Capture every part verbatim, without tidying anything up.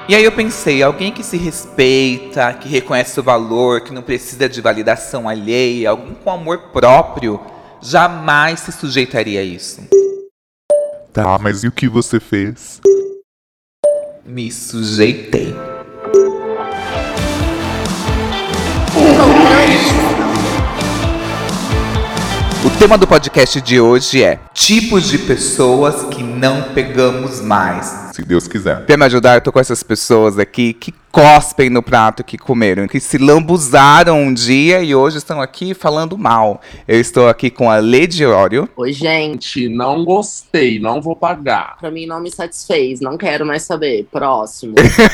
E aí eu pensei, alguém que se respeita, que reconhece o valor, que não precisa de validação alheia, alguém com amor próprio, jamais se sujeitaria a isso. Tá, mas e o que você fez? Me sujeitei. O tema do podcast de hoje é tipos de pessoas que não pegamos mais. Se Deus quiser. Pra me ajudar, eu tô com essas pessoas aqui que cospem no prato que comeram, que se lambuzaram um dia e hoje estão aqui falando mal. Eu estou aqui com a Lady Ório. Oi, gente, não gostei, não vou pagar. Pra mim não me satisfez, não quero mais saber. Próximo.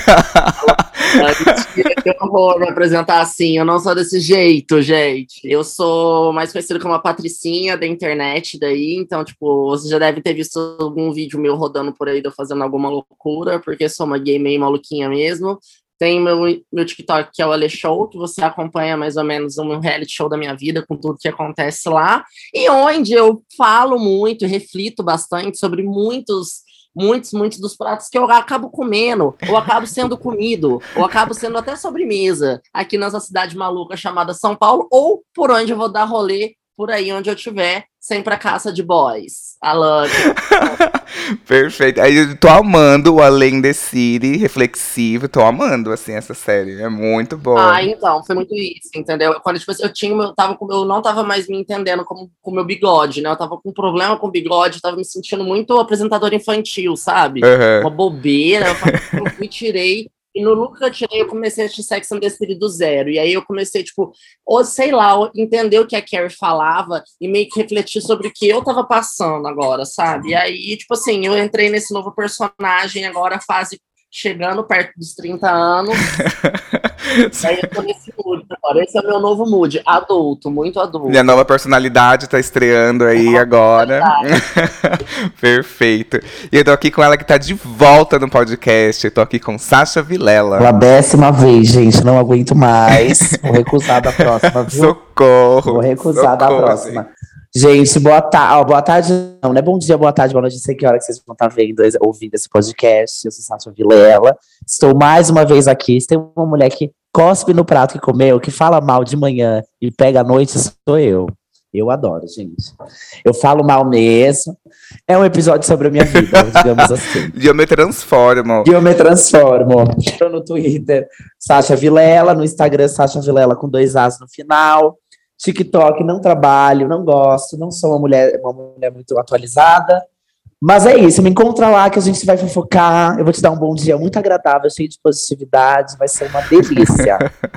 Eu não vou me apresentar assim, eu não sou desse jeito, gente. Eu sou mais conhecida como a Patricinha da internet daí, então, tipo, você já deve ter visto algum vídeo meu rodando por aí de eu fazendo alguma loucura, porque sou uma gay meio maluquinha mesmo. Tem meu, meu TikTok, que é o Ale Show, que você acompanha mais ou menos um reality show da minha vida, com tudo que acontece lá, e onde eu falo muito, reflito bastante sobre muitos Muitos, muitos dos pratos que eu acabo comendo, ou acabo sendo comido, ou acabo sendo até sobremesa aqui nessa cidade maluca chamada São Paulo, ou por onde eu vou dar rolê, por aí onde eu estiver, sempre a caça de boys. Alan. Perfeito. Aí eu tô amando o Além the City, reflexivo, tô amando, assim, essa série. É muito boa. Ah, então, foi muito isso, entendeu? Quando tipo, eu tinha, eu, tava com, eu não tava mais me entendendo com o meu bigode, né? Eu tava com um problema com o bigode, tava me sentindo muito apresentador infantil, sabe? Uhum. Uma bobeira. Eu, falei, eu fui, tirei. E no look que eu tirei, eu comecei a assistir Sex and the City do zero. E aí eu comecei, tipo, ou sei lá, entender o que a Carrie falava e meio que refletir sobre o que eu tava passando agora, sabe? E aí, tipo assim, eu entrei nesse novo personagem agora, fase chegando perto dos trinta anos. E aí eu tô nesse mood agora. Esse é o meu novo mood, adulto, muito adulto. Minha nova personalidade tá estreando aí nova agora. Perfeito. E eu tô aqui com ela que tá de volta no podcast. Eu tô aqui com Sasha Vilela. Pela décima vez, gente, não aguento mais. Vou recusar da próxima, viu? Socorro. Vou recusar Socorro, da próxima. Gente. Gente, boa tarde. Oh, boa tarde, não, né? Bom dia, boa tarde, boa noite. Não sei que hora que vocês vão estar vendo, ouvindo esse podcast. Eu sou Sasha Vilela. Estou mais uma vez aqui. Se tem uma mulher que cospe no prato que comeu, que fala mal de manhã e pega à noite, sou eu. Eu adoro, gente. Eu falo mal mesmo. É um episódio sobre a minha vida, digamos assim. E eu me transformo. E eu me transformo. No Twitter, Sasha Vilela. No Instagram, Sasha Vilela com dois As no final. TikTok, não trabalho, não gosto, não sou uma mulher, uma mulher muito atualizada. Mas é isso, me encontra lá que a gente vai fofocar. Eu vou te dar um bom dia muito agradável, cheio de positividade. Vai ser uma delícia.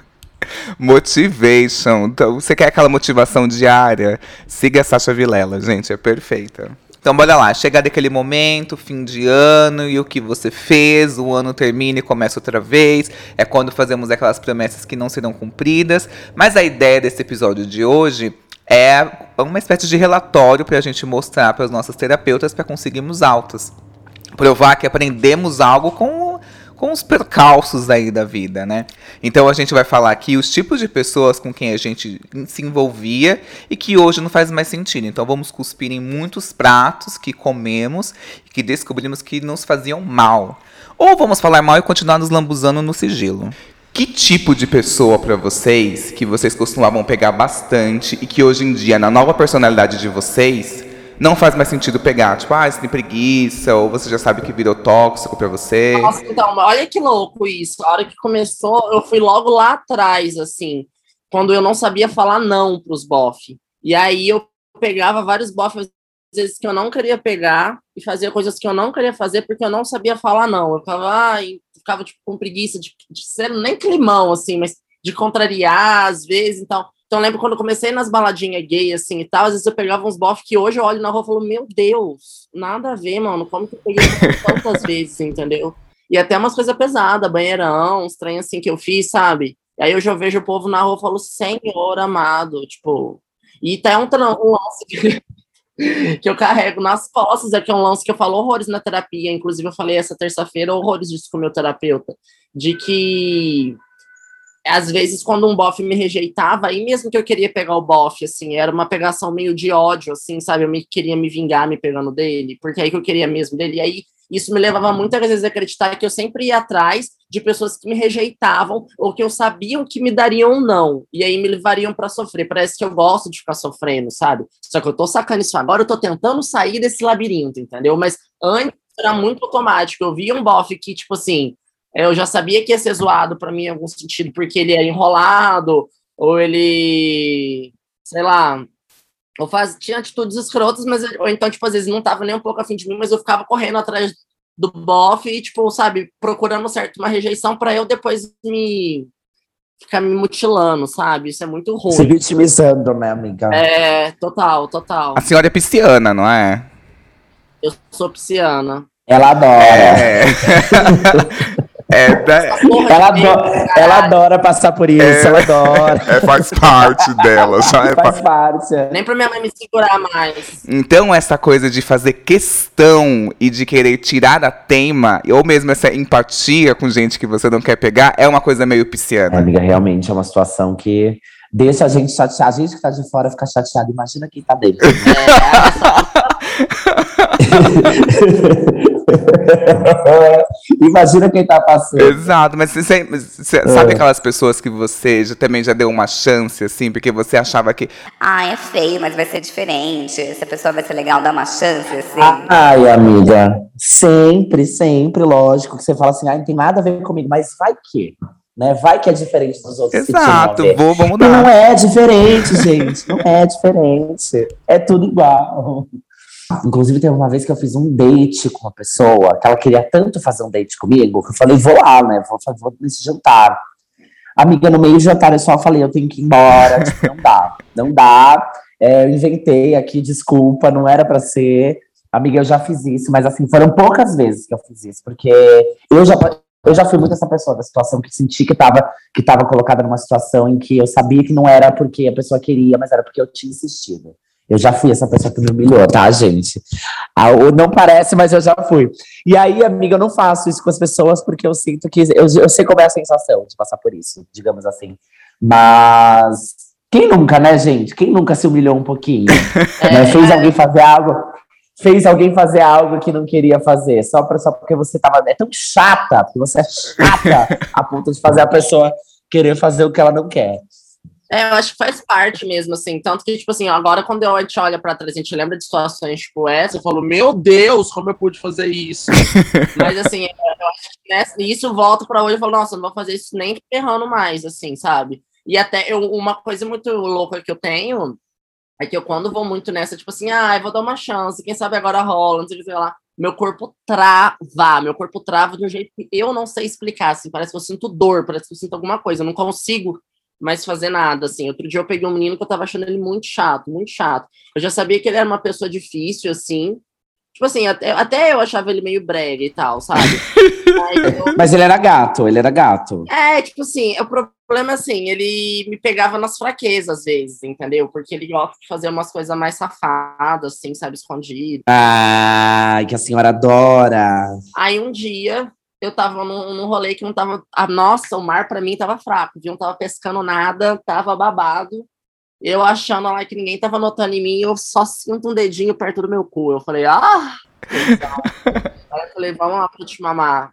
Motivation. Então, você quer aquela motivação diária? Siga a Sasha Vilela, gente, é perfeita. Então, bora lá. Chega daquele momento, fim de ano, e o que você fez, o ano termina e começa outra vez. É quando fazemos aquelas promessas que não serão cumpridas. Mas a ideia desse episódio de hoje é uma espécie de relatório para a gente mostrar para os nossos terapeutas para conseguirmos altas. Provar que aprendemos algo com... com os percalços aí da vida, né? Então a gente vai falar aqui os tipos de pessoas com quem a gente se envolvia e que hoje não faz mais sentido. Então vamos cuspir em muitos pratos que comemos e que descobrimos que nos faziam mal. Ou vamos falar mal e continuar nos lambuzando no sigilo. Que tipo de pessoa para vocês, que vocês costumavam pegar bastante e que hoje em dia, na nova personalidade de vocês, não faz mais sentido pegar? Tipo, ah, você tem preguiça, ou você já sabe que virou tóxico pra você. Nossa, então, olha que louco isso. A hora que começou, eu fui logo lá atrás, assim, quando eu não sabia falar não pros bofe. E aí eu pegava vários bofes, às vezes, que eu não queria pegar, e fazia coisas que eu não queria fazer, porque eu não sabia falar não. Eu ficava, ai, ficava tipo, com preguiça de, de ser nem climão, assim, mas de contrariar, às vezes, então... Então, eu lembro quando eu comecei nas baladinhas gay, assim, e tal, às vezes eu pegava uns bofs que hoje eu olho na rua e falo, meu Deus, nada a ver, mano, como que eu peguei tantas vezes, entendeu? E até umas coisas pesadas, banheirão, uns trem assim que eu fiz, sabe? E aí hoje eu vejo o povo na rua e falo, Senhor amado, tipo... E tá um, um lance que, que eu carrego nas costas, é que é um lance que eu falo horrores na terapia, inclusive eu falei essa terça-feira horrores disso com o meu terapeuta, de que... Às vezes, quando um bofe me rejeitava, aí mesmo que eu queria pegar o bofe, assim, era uma pegação meio de ódio, assim, sabe? Eu me, queria me vingar me pegando dele, porque aí que eu queria mesmo dele. E aí Isso me levava muitas vezes a acreditar que eu sempre ia atrás de pessoas que me rejeitavam ou que eu sabia que me dariam um não. E aí me levariam para sofrer. Parece que eu gosto de ficar sofrendo, sabe? Só que eu tô sacando isso agora, eu tô tentando sair desse labirinto, entendeu? Mas antes era muito automático. Eu via um bofe que, tipo assim, eu já sabia que ia ser zoado para mim em algum sentido, porque ele era enrolado, ou ele, sei lá, ou faz, tinha atitudes escrotas, mas, ou então, tipo, às vezes não tava nem um pouco afim de mim, mas eu ficava correndo atrás do bofe e, tipo, sabe, procurando certo uma rejeição para eu depois me ficar me mutilando, sabe? Isso é muito ruim. Se vitimizando, né, amiga? É, total, total. A senhora é pisciana, não é? Eu sou pisciana. Ela adora. É. É, da- Ela, adora ela adora passar por isso, É. ela adora. É, faz parte dela, já é Faz parte. Nem pra minha mãe me segurar mais. Então, essa coisa de fazer questão e de querer tirar a teima, ou mesmo essa empatia com gente que você não quer pegar, é uma coisa meio É, pisciana. amiga, realmente é uma situação que deixa a gente chateada. A gente que tá de fora fica chateada. Imagina quem tá dentro. Imagina quem tá passando. Exato, mas você, você sabe aquelas pessoas que você já, também já deu uma chance, assim, porque você achava que. Ah, é feio, mas vai ser diferente. Se a pessoa vai ser legal, dá uma chance, assim. Ai, amiga, sempre, sempre, lógico, que você fala assim, ah, não tem nada a ver comigo, mas vai que, né? Vai que é diferente dos outros que tinham a Exato, ver. vou, vamos E não mudar. é diferente, gente, não é diferente, é tudo igual. Inclusive, teve uma vez que eu fiz um date com uma pessoa, que ela queria tanto fazer um date comigo, que eu falei, vou lá, né, vou, vou nesse jantar. Amiga, no meio do jantar eu só falei, eu tenho que ir embora, tipo, não dá, não dá. É, eu inventei aqui, desculpa, não era pra ser. Amiga, eu já fiz isso, mas assim, foram poucas vezes que eu fiz isso, porque eu já, eu já fui muito essa pessoa da situação que senti que tava, que tava colocada numa situação em que eu sabia que não era porque a pessoa queria, mas era porque eu tinha insistido. Eu já fui essa pessoa que me humilhou, tá, gente? Ah, não parece, mas eu já fui. E aí, amiga, eu não faço isso com as pessoas porque eu sinto que... Eu, eu sei como é a sensação de passar por isso, digamos assim. Mas... Quem nunca, né, gente? Quem nunca se humilhou um pouquinho? Né? Fez alguém fazer algo... Fez alguém fazer algo que não queria fazer. Só, pra, só porque você tava... É tão chata, porque você é chata a ponto de fazer a pessoa querer fazer o que ela não quer. É, eu acho que faz parte mesmo, assim. Tanto que, tipo assim, agora quando a gente olha pra trás, a gente lembra de situações tipo essa, eu falo, meu Deus, como eu pude fazer isso? Mas, assim, eu acho que né, isso volta pra hoje e falo, nossa, eu não vou fazer isso nem ferrando mais, assim, sabe? E até eu, uma coisa muito louca que eu tenho é que eu, quando vou muito nessa, tipo assim, ah, eu vou dar uma chance, quem sabe agora rola, não sei o que, sei lá. Meu corpo trava, meu corpo trava de um jeito que eu não sei explicar, assim, parece que eu sinto dor, parece que eu sinto alguma coisa, eu não consigo mais fazer nada, assim. Outro dia eu peguei um menino que eu tava achando ele muito chato, muito chato. Eu já sabia que ele era uma pessoa difícil, assim. Tipo assim, até, até eu achava ele meio brega e tal, sabe? Aí eu- Mas ele era gato, ele era gato. É, tipo assim, o problema é assim, ele me pegava nas fraquezas às vezes, entendeu? Porque ele gosta de fazer umas coisas mais safadas, assim, sabe, escondido. Ai, que a senhora adora. Aí um dia eu tava num, num rolê que não tava. Ah, nossa, o mar pra mim tava fraco, viu? Não tava pescando nada, tava babado. Eu achando lá que ninguém tava notando em mim, eu só sinto um dedinho perto do meu cu. Eu falei, ah! Legal. Aí eu falei, vamos lá pra eu te mamar.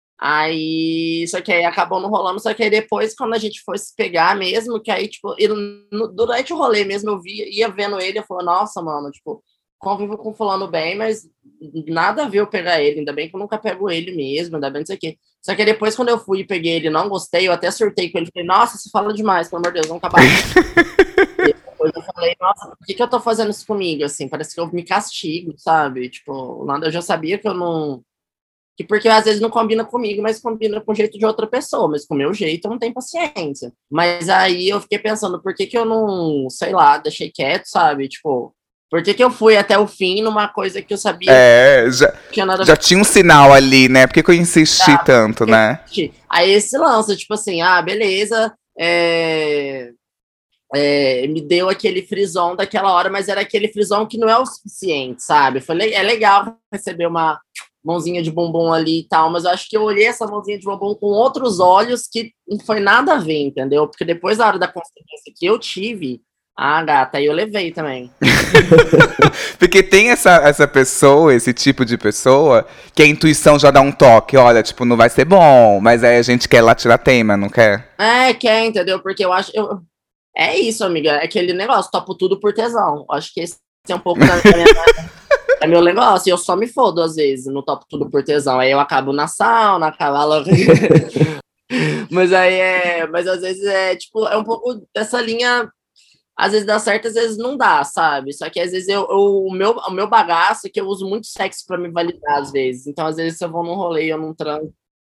Aí, só que aí acabou não rolando, só que aí depois, quando a gente foi se pegar mesmo, que aí, tipo, ele, no, durante o rolê mesmo, eu via, ia vendo ele, eu falei, nossa, mano, tipo, convivo com fulano bem, mas nada a ver eu pegar ele, ainda bem que eu nunca pego ele mesmo, ainda bem não sei o quê. Só que aí depois, quando eu fui e peguei ele e não gostei, eu até surtei com ele, falei, nossa, você fala demais, pelo amor de Deus, vamos acabar. E depois eu falei, nossa, por que que eu tô fazendo isso comigo, assim, parece que eu me castigo, sabe, tipo, nada, eu já sabia que eu não... Que porque às vezes não combina comigo, mas combina com o jeito de outra pessoa, mas com o meu jeito eu não tenho paciência. Mas aí eu fiquei pensando, por que que eu não, sei lá, deixei quieto, sabe? Tipo, por que que eu fui até o fim numa coisa que eu sabia É, já, que tinha nada a já tinha um sinal ali, né? Por que que eu insisti Tá, tanto, né? ver? Aí esse lance, tipo assim, ah, beleza, é... É, me deu aquele frisson daquela hora, mas era aquele frisson que não é o suficiente, sabe? Foi, le- é legal receber uma mãozinha de bumbum ali e tal, mas eu acho que eu olhei essa mãozinha de bumbum com outros olhos que não foi nada a ver, entendeu? Porque depois da hora da consequência que eu tive, Ah, gata, aí eu levei também. Porque tem essa, essa pessoa, esse tipo de pessoa, que a intuição já dá um toque. Olha, tipo, não vai ser bom, mas aí a gente quer lá tirar tema, não quer? É, quer, entendeu? Porque eu acho. Eu... É isso, amiga. É aquele negócio, topo tudo por tesão. Acho que esse é um pouco da minha. É meu negócio. E eu só me fodo, às vezes, no topo tudo por tesão. Aí eu acabo na sauna, acabo. Mas aí é. Mas às vezes é, tipo, é um pouco dessa linha. Às vezes dá certo, às vezes não dá, sabe? Só que às vezes eu, eu- o, meu, o meu bagaço é que eu uso muito sexo pra me validar, às vezes. Então, às vezes, se eu vou num rolê e eu não transo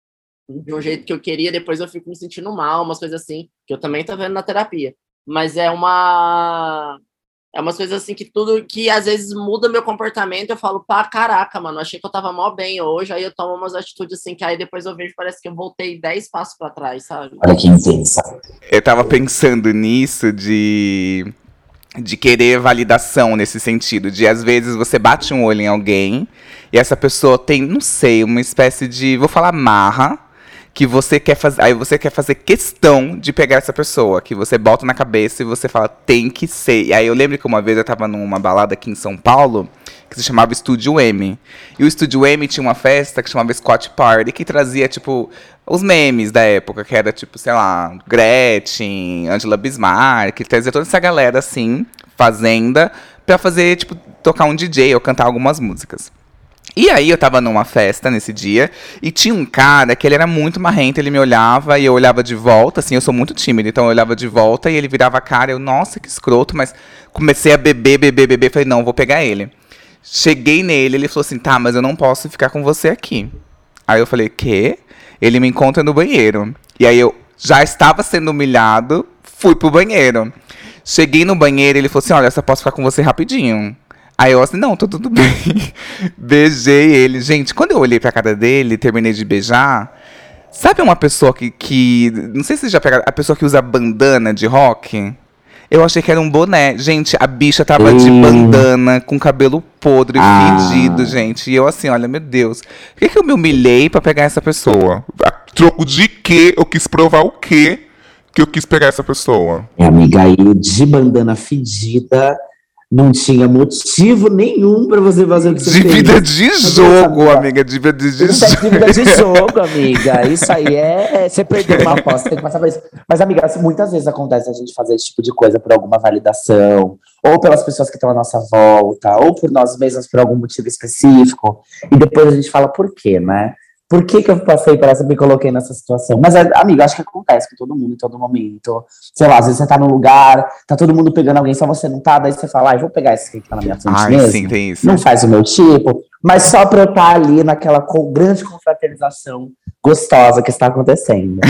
de um jeito que eu queria, depois eu fico me sentindo mal, umas coisas assim, que eu também tô vendo na terapia. Mas é uma. É umas coisas assim que tudo que às vezes muda meu comportamento, eu falo, pá, caraca, mano, achei que eu tava mó bem hoje, aí eu tomo umas atitudes assim, que aí depois eu vejo, parece que eu voltei dez passos pra trás, sabe? Olha que intensa. Eu tava pensando nisso de, de querer validação nesse sentido. De, às vezes, você bate um olho em alguém e essa pessoa tem, não sei, uma espécie de, vou falar marra, que você quer fazer, aí você quer fazer questão de pegar essa pessoa, que você bota na cabeça e você fala, tem que ser. E aí eu lembro que uma vez eu tava numa balada aqui em São Paulo, que se chamava Estúdio M. E o Estúdio M tinha uma festa que chamava Scott Party, que trazia, tipo, os memes da época, que era, tipo, sei lá, Gretchen, Angela Bismarck, que trazia toda essa galera, assim, fazenda, pra fazer, tipo, tocar um D J ou cantar algumas músicas. E aí eu tava numa festa nesse dia e tinha um cara que ele era muito marrento, ele me olhava e eu olhava de volta, assim, eu sou muito tímida, então eu olhava de volta e ele virava a cara, eu, nossa, que escroto, mas comecei a beber, beber, beber, falei, não, vou pegar ele. Cheguei nele, ele falou assim, tá, mas eu não posso ficar com você aqui. Aí eu falei, quê? Ele me encontra no banheiro. E aí eu já estava sendo humilhado, fui pro banheiro. Cheguei no banheiro, ele falou assim, olha, eu só posso ficar com você rapidinho. Aí eu assim, não, tô tudo bem. Beijei ele. Gente, quando eu olhei pra cara dele, terminei de beijar. Sabe uma pessoa que, que. Não sei se vocês já pegaram. A pessoa que usa bandana de rock? Eu achei que era um boné. Gente, a bicha tava de Hum. bandana, com cabelo podre, Ah. fedido, gente. E eu assim, olha, meu Deus. Por que, que eu me humilhei pra pegar essa pessoa? A troco de quê? Eu quis provar o quê que eu quis pegar essa pessoa? Minha amiga aí, de bandana fedida, não tinha motivo nenhum pra você fazer o que você fez. Dívida de Mas jogo, essa- amiga. Dívida de Isso é jogo. dívida de jogo, amiga. Isso aí é. é- Você perdeu uma aposta, tem que passar por isso. Mas, amiga, assim, muitas vezes acontece a gente fazer esse tipo de coisa por alguma validação, ou pelas pessoas que estão à nossa volta, ou por nós mesmos por algum motivo específico. E depois a gente fala por quê, né? Por que, que eu passei por essa, me coloquei nessa situação? Mas, é, amiga, acho que acontece com todo mundo em todo momento. Sei lá, às vezes você tá num lugar, tá todo mundo pegando alguém, só você não tá, daí você fala, ai, vou pegar esse que tá na minha frente Ai, mesmo. sim, tem isso. Não faz o meu tipo, mas só pra eu estar ali naquela co- grande confraternização gostosa que está acontecendo.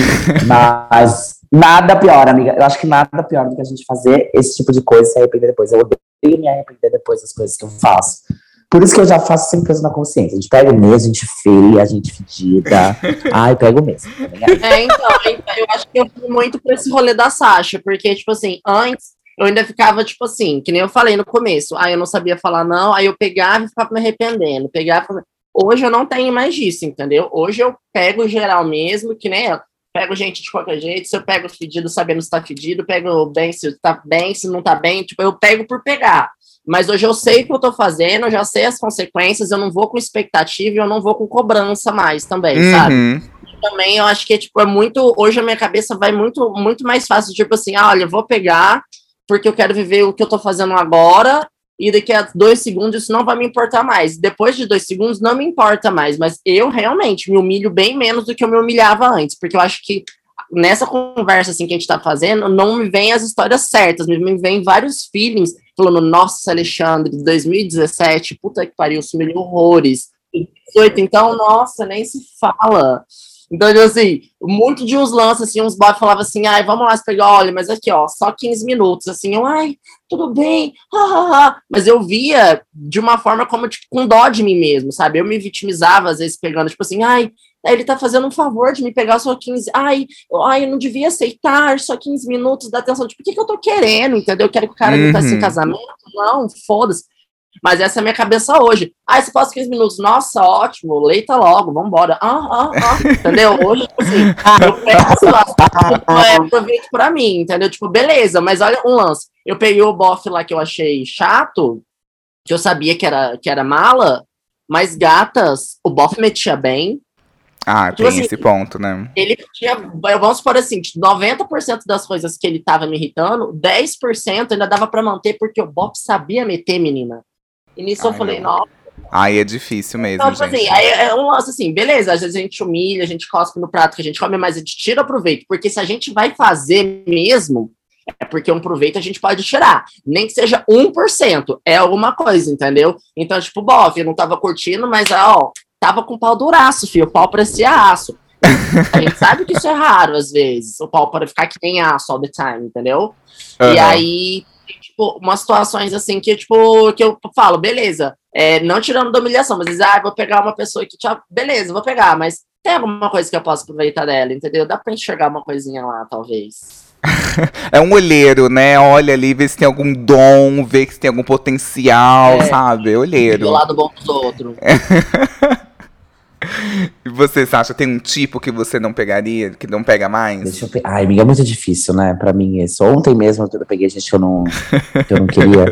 Mas nada pior, amiga. Eu acho que nada pior do que a gente fazer esse tipo de coisa e se arrepender depois. Eu odeio me arrepender depois das coisas que eu faço. Por isso que eu já faço sem peso na consciência. A gente pega o mesmo, a gente feia, a gente fedida. Ai, pego mesmo. Tá ligado? É, então, então, eu acho que eu fui muito pra esse rolê da Sasha, porque, tipo assim, antes eu ainda ficava, tipo assim, que nem eu falei no começo, aí eu não sabia falar não, aí eu pegava e ficava me arrependendo, pegava e ficava... Hoje eu não tenho mais disso, entendeu? Hoje eu pego geral mesmo, que nem ela. Pego gente de qualquer jeito, se eu pego fedido sabendo se tá fedido, pego bem se tá bem, se não tá bem, tipo, eu pego por pegar. Mas hoje eu sei o que eu tô fazendo, eu já sei as consequências, eu não vou com expectativa e eu não vou com cobrança mais também, sabe? Uhum. Também eu acho que tipo, é muito. Hoje a minha cabeça vai muito, muito mais fácil, tipo assim, ah, olha, eu vou pegar, porque eu quero viver o que eu tô fazendo agora, e daqui a dois segundos isso não vai me importar mais. Depois de dois segundos não me importa mais, mas eu realmente me humilho bem menos do que eu me humilhava antes, porque eu acho que nessa conversa assim que a gente tá fazendo, não me vem as histórias certas, me vem vários feelings, falando, nossa, Alexandre, de dois mil e dezessete, puta que pariu, se humilhou horrores. dezoito, então, nossa, nem se fala. Então, assim, muito de uns lances, assim, uns bots falavam assim, ai, vamos lá, se pegar, olha, mas aqui, ó, só quinze minutos, assim, eu, ai, tudo bem, ha, ha, ha. Mas eu via de uma forma como, tipo, com dó de mim mesmo, sabe? Eu me vitimizava, às vezes, pegando, tipo assim, ai, ele tá fazendo um favor de me pegar só quinze, ai, ai, eu não devia aceitar só quinze minutos da atenção, tipo, o que que eu tô querendo, entendeu? Eu quero que o cara me peça em Uhum. casamento? Não, foda-se. Mas essa é a minha cabeça hoje. Ah, você passa quinze minutos. Nossa, ótimo, leita logo, vambora. Ah, ah, ah. Entendeu? Hoje, tipo assim, eu peço, é, aproveito pra mim, entendeu? Tipo, beleza, mas olha um lance. Eu peguei o bofe lá que eu achei chato, que eu sabia que era, que era mala, mas gatas, o bofe metia bem. Ah, Tipo tem assim, esse ponto, né? Ele tinha, vamos supor assim, noventa por cento das coisas que ele tava me irritando, dez por cento ainda dava pra manter, porque o bofe sabia meter, menina. E nisso Ai, eu falei, não. nossa. Aí é difícil mesmo, Então, tipo gente. assim, aí é um lance assim, beleza, às vezes a gente humilha, a gente cospe no prato que a gente come, mas a gente tira proveito, porque se a gente vai fazer mesmo, é porque um proveito a gente pode tirar, nem que seja um por cento, é alguma coisa, entendeu? Então, tipo, bof, eu não tava curtindo, mas, ó, tava com o pau duraço, filho, o pau parecia aço. A gente sabe que isso é raro, às vezes, o pau para ficar que nem aço all the time, entendeu? Uhum. E aí, tipo, umas situações assim que, tipo, que eu falo, beleza, é, não tirando da humilhação, mas dizer, ah, vou pegar uma pessoa que, tipo, beleza, vou pegar, mas tem alguma coisa que eu posso aproveitar dela, entendeu? Dá pra enxergar uma coisinha lá, talvez. É um olheiro, né? Olha ali, vê se tem algum dom, vê se tem algum potencial, É. sabe? Olheiro. Do lado bom dos outros. E você, Sasha, tem um tipo que você não pegaria, que não pega mais? Deixa eu pe... Ai, amiga, é muito difícil, né? Pra mim, isso. Ontem mesmo eu peguei gente que eu não, que eu não queria.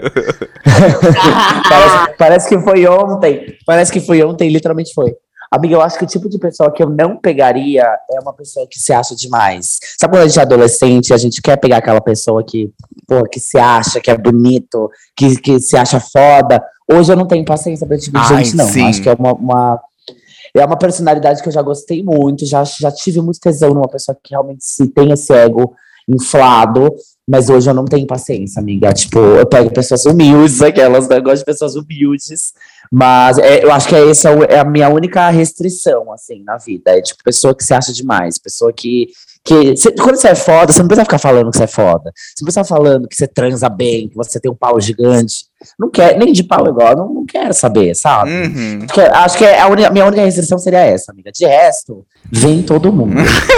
parece, parece que foi ontem. Parece que foi ontem, literalmente foi. Amiga, eu acho que o tipo de pessoa que eu não pegaria é uma pessoa que se acha demais. Sabe quando a gente é adolescente, a gente quer pegar aquela pessoa que, pô, que se acha, que é bonito, que, que se acha foda. Hoje eu não tenho paciência pra esse tipo de Ai, gente, não. sim. Acho que é uma, uma é uma personalidade que eu já gostei muito, já, já tive muito tesão numa pessoa que realmente se tem esse ego inflado, mas hoje eu não tenho paciência, amiga. Tipo, eu pego pessoas humildes, aquelas, né? Eu gosto de pessoas humildes, mas é, eu acho que é essa é a minha única restrição, assim, na vida. É tipo, pessoa que se acha demais, pessoa que. que cê, quando você é foda, você não precisa ficar falando que você é foda. Você não precisa falando que você transa bem, que você tem um pau gigante. Não quer, nem de pau igual, não, não quero saber, sabe? Uhum. Acho que, acho que a, única, a minha única restrição seria essa, amiga. De resto, vem todo mundo.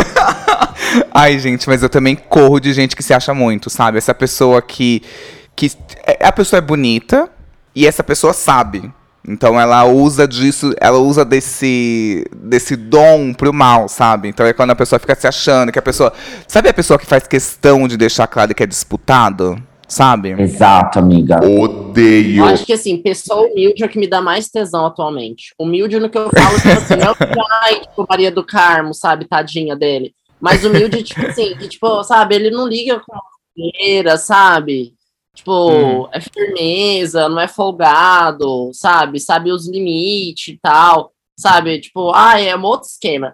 Ai, gente, mas eu também corro de gente que se acha muito, sabe? Essa pessoa que, que... A pessoa é bonita e essa pessoa sabe. Então ela usa disso, ela usa desse, desse dom pro mal, sabe? Então é quando a pessoa fica se achando, que a pessoa... Sabe a pessoa que faz questão de deixar claro que é disputado? Sabe? Exato, amiga. Odeio. Eu acho que, assim, pessoa humilde é o que me dá mais tesão atualmente. Humilde no que eu falo, tipo assim, não é o ai, tipo, Maria do Carmo, sabe? Tadinha dele. Mas humilde, tipo assim, que, tipo, sabe? Ele não liga com a feira, sabe? Tipo, Hum. é firmeza, não é folgado, sabe? Sabe os limites e tal, sabe? Tipo, ah, é um outro esquema.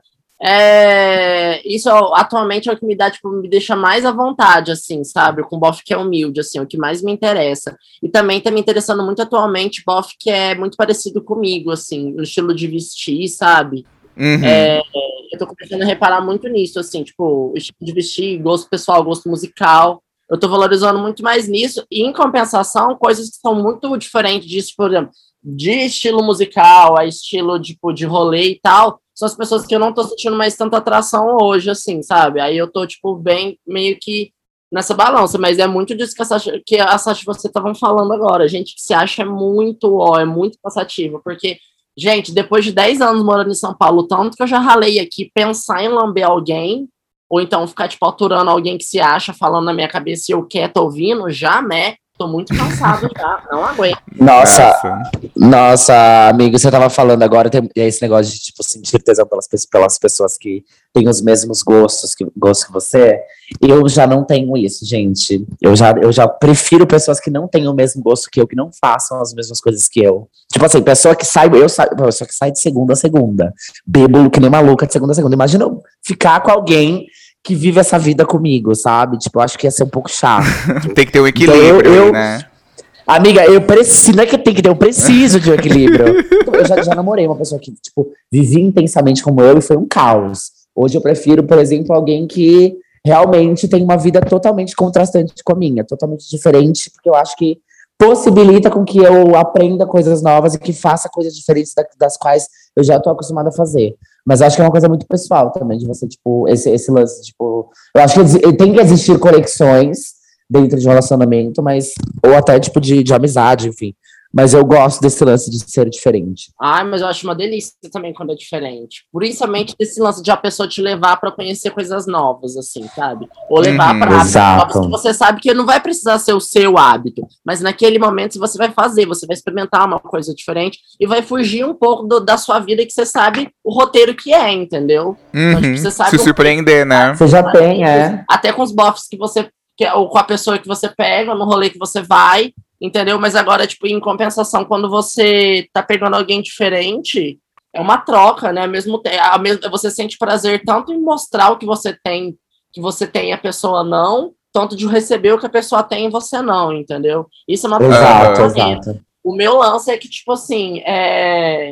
É, isso atualmente é o que me dá, tipo, me deixa mais à vontade, assim, sabe? Com bofe que é humilde, assim, o que mais me interessa. E também tá me interessando muito atualmente bofe que é muito parecido comigo, assim, no estilo de vestir, sabe? Uhum. É, eu tô começando a reparar muito nisso, assim, tipo, estilo de vestir, gosto pessoal, gosto musical. Eu tô valorizando muito mais nisso. E, em compensação, coisas que são muito diferentes disso, por exemplo, de estilo musical a estilo, tipo, de rolê e tal, são as pessoas que eu não tô sentindo mais tanta atração hoje, assim, sabe? Aí eu tô, tipo, bem, meio que nessa balança, mas é muito disso que a Sasha, que a Sasha e você estavam falando agora. Gente que se acha é muito, ó, é muito cansativo, porque, gente, depois de dez anos morando em São Paulo, tanto que eu já ralei aqui, pensar em lamber alguém, ou então ficar, tipo, aturando alguém que se acha, falando na minha cabeça e eu quieto ouvindo, já, né? Tô muito cansado já, não aguento. Nossa, Nossa. nossa, amigo, você tava falando agora, tem esse negócio de, tipo, sentir tesão pelas, pe- pelas pessoas que têm os mesmos gostos que, gostos que você. Eu já não tenho isso, gente. Eu já, eu já prefiro pessoas que não têm o mesmo gosto que eu, que não façam as mesmas coisas que eu. Tipo assim, pessoa que sai, eu saio, pessoa que sai de segunda a segunda. Bebo que nem maluca de segunda a segunda. Imagina eu ficar com alguém que vive essa vida comigo, sabe? Tipo, eu acho que ia ser um pouco chato. Tem que ter um equilíbrio, Então, eu- eu- né? Amiga, eu preciso, não é que eu tenho que ter, eu preciso de um equilíbrio. Eu já, já namorei uma pessoa que, tipo, vivia intensamente como eu e foi um caos. Hoje eu prefiro, por exemplo, alguém que realmente tem uma vida totalmente contrastante com a minha, totalmente diferente, porque eu acho que possibilita com que eu aprenda coisas novas e que faça coisas diferentes da- das quais eu já tô acostumada a fazer. Mas eu acho que é uma coisa muito pessoal também, de você, tipo, esse, esse lance, tipo... Eu acho que exi- tem que existir conexões dentro de um relacionamento, mas... Ou até, tipo, de, de amizade, enfim. Mas eu gosto desse lance de ser diferente. Ai, mas eu acho uma delícia também quando é diferente. Principalmente desse lance de a pessoa te levar pra conhecer coisas novas, assim, sabe? Ou levar Uhum, pra hábitos exato. novos que você sabe que não vai precisar ser o seu hábito. Mas naquele momento você vai fazer, você vai experimentar uma coisa diferente e vai fugir um pouco do- da sua vida que você sabe o roteiro que é, entendeu? Então, tipo, Uhum. você sabe Se o surpreender, né? Você já tem, é. até com os bofs que você que, ou com a pessoa que você pega, no rolê que você vai, entendeu? Mas agora, tipo, em compensação, quando você tá pegando alguém diferente, é uma troca, né? Mesmo te- a mes- você sente prazer tanto em mostrar o que você tem, que você tem e a pessoa não, tanto de receber o que a pessoa tem e você não, entendeu? Isso é uma Exato, Aham. exato. O meu lance é que, tipo assim, é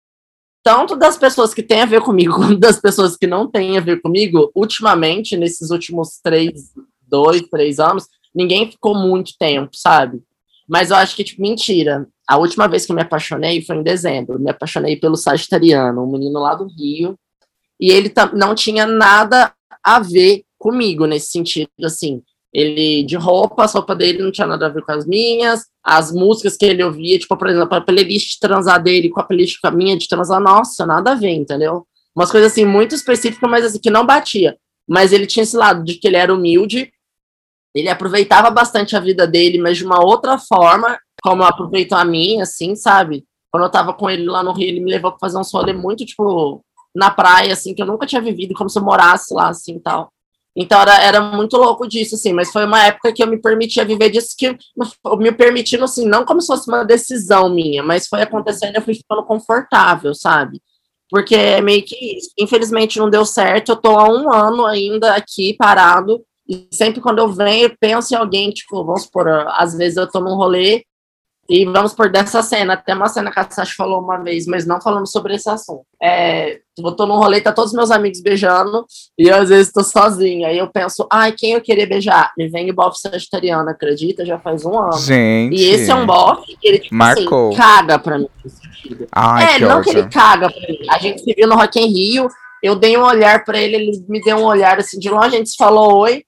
tanto das pessoas que têm a ver comigo quanto das pessoas que não têm a ver comigo, ultimamente, nesses últimos três, dois, três anos, ninguém ficou muito tempo, sabe? Mas eu acho que, tipo, mentira. A última vez que eu me apaixonei foi em dezembro. Me apaixonei pelo Sagitariano, um menino lá do Rio. E ele tam- não tinha nada a ver comigo nesse sentido, assim. Ele, de roupa, as roupas dele não tinha nada a ver com as minhas. As músicas que ele ouvia, tipo, por exemplo, a playlist de transar dele com a playlist com a minha de transar, nossa, nada a ver, entendeu? Umas coisas, assim, muito específicas, mas, assim, que não batia. Mas ele tinha esse lado de que ele era humilde, ele aproveitava bastante a vida dele, mas de uma outra forma, como aproveitou a minha, assim, sabe? Quando eu tava com ele lá no Rio, ele me levou pra fazer um rolê muito, tipo, na praia, assim, que eu nunca tinha vivido, como se eu morasse lá, assim, tal. Então era, era muito louco disso, assim, mas foi uma época que eu me permitia viver disso, que eu me permitindo, assim, não como se fosse uma decisão minha, mas foi acontecendo e eu fui ficando confortável, sabe? Porque é meio que isso. Infelizmente não deu certo, eu tô há um ano ainda aqui parado, e sempre quando eu venho, eu penso em alguém, tipo, vamos supor, às vezes eu tô num rolê e vamos por dessa cena, até uma cena que a Sasha falou uma vez, mas não falando sobre esse assunto. É, eu tô num rolê, tá todos meus amigos beijando, e eu às vezes tô sozinha. Aí eu penso, ai, quem eu queria beijar? Me vem o bofe sagitariano, acredita? Já faz um ano. Gente. E esse é um bofe que ele, tipo Marcou. assim, caga pra mim nesse sentido. Ai, É, que não que ele ódio. caga pra mim. A gente se viu no Rock in Rio, eu dei um olhar pra ele, ele me deu um olhar assim de longe, a gente se falou oi,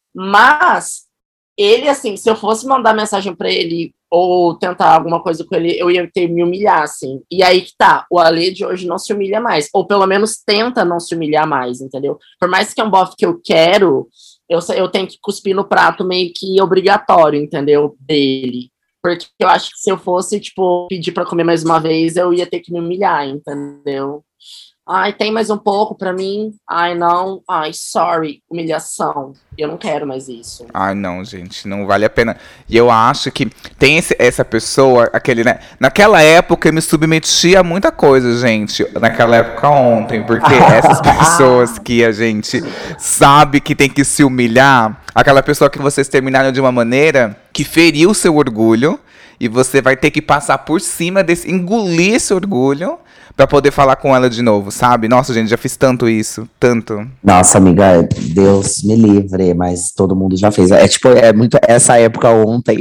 mas ele, assim, se eu fosse mandar mensagem pra ele ou tentar alguma coisa com ele, eu ia ter que me humilhar, assim. E aí que tá, o Ale de hoje não se humilha mais, ou pelo menos tenta não se humilhar mais, entendeu? Por mais que é um bofe que eu quero, eu, eu tenho que cuspir no prato meio que obrigatório, entendeu? Dele. Porque eu acho que se eu fosse, tipo, pedir pra comer mais uma vez, eu ia ter que me humilhar, entendeu? Ai, tem mais um pouco pra mim? Ai, não. Ai, sorry. Humilhação. Eu não quero mais isso. Ai, não, gente, não vale a pena. E eu acho que tem esse- essa pessoa, aquele, né? Naquela época eu me submetia a muita coisa, gente. Naquela época ontem, porque essas pessoas que a gente sabe que tem que se humilhar, aquela pessoa que vocês terminaram de uma maneira que feriu o seu orgulho, e você vai ter que passar por cima desse, engolir esse orgulho pra poder falar com ela de novo, sabe? Nossa, gente, já fiz tanto isso, tanto. Nossa, amiga, Deus me livre, mas todo mundo já fez. É tipo, é muito essa época ontem.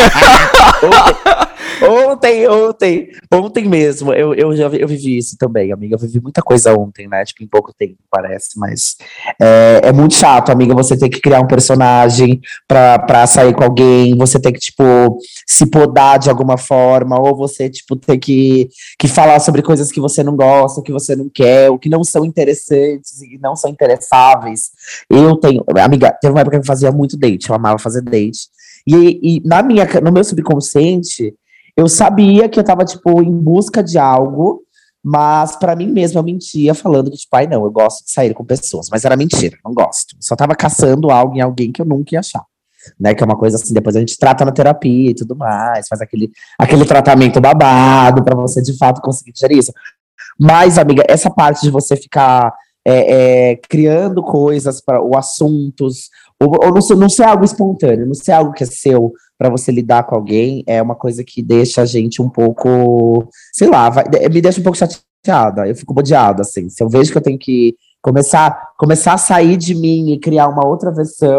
Ontem, ontem, ontem mesmo, eu, eu já vi- eu vivi isso também, amiga. Eu vivi muita coisa ontem, né? Tipo, em pouco tempo, parece, mas é, é muito chato, amiga. Você ter que criar um personagem pra, pra sair com alguém, você ter que, tipo, se podar de alguma forma, ou você, tipo, ter que, que falar sobre coisas que você não gosta, que você não quer, ou que não são interessantes e não são interessáveis. Eu tenho, amiga, teve uma época que eu fazia muito date, eu amava fazer date. E, e na minha, no meu subconsciente, eu sabia que eu tava, tipo, em busca de algo, mas pra mim mesma eu mentia, falando que, tipo, ai, não, eu gosto de sair com pessoas. Mas era mentira, não gosto. Só tava caçando algo em alguém que eu nunca ia achar. Né, que é uma coisa assim, depois a gente trata na terapia e tudo mais, faz aquele, aquele tratamento babado pra você, de fato, conseguir gerir isso. Mas, amiga, essa parte de você ficar é, é, criando coisas, para ou assuntos, ou, ou não, ser, não ser algo espontâneo, não ser algo que é seu para você lidar com alguém, é uma coisa que deixa a gente um pouco, sei lá, vai, me deixa um pouco chateada, eu fico bodeada, assim. Se eu vejo que eu tenho que começar, começar a sair de mim e criar uma outra versão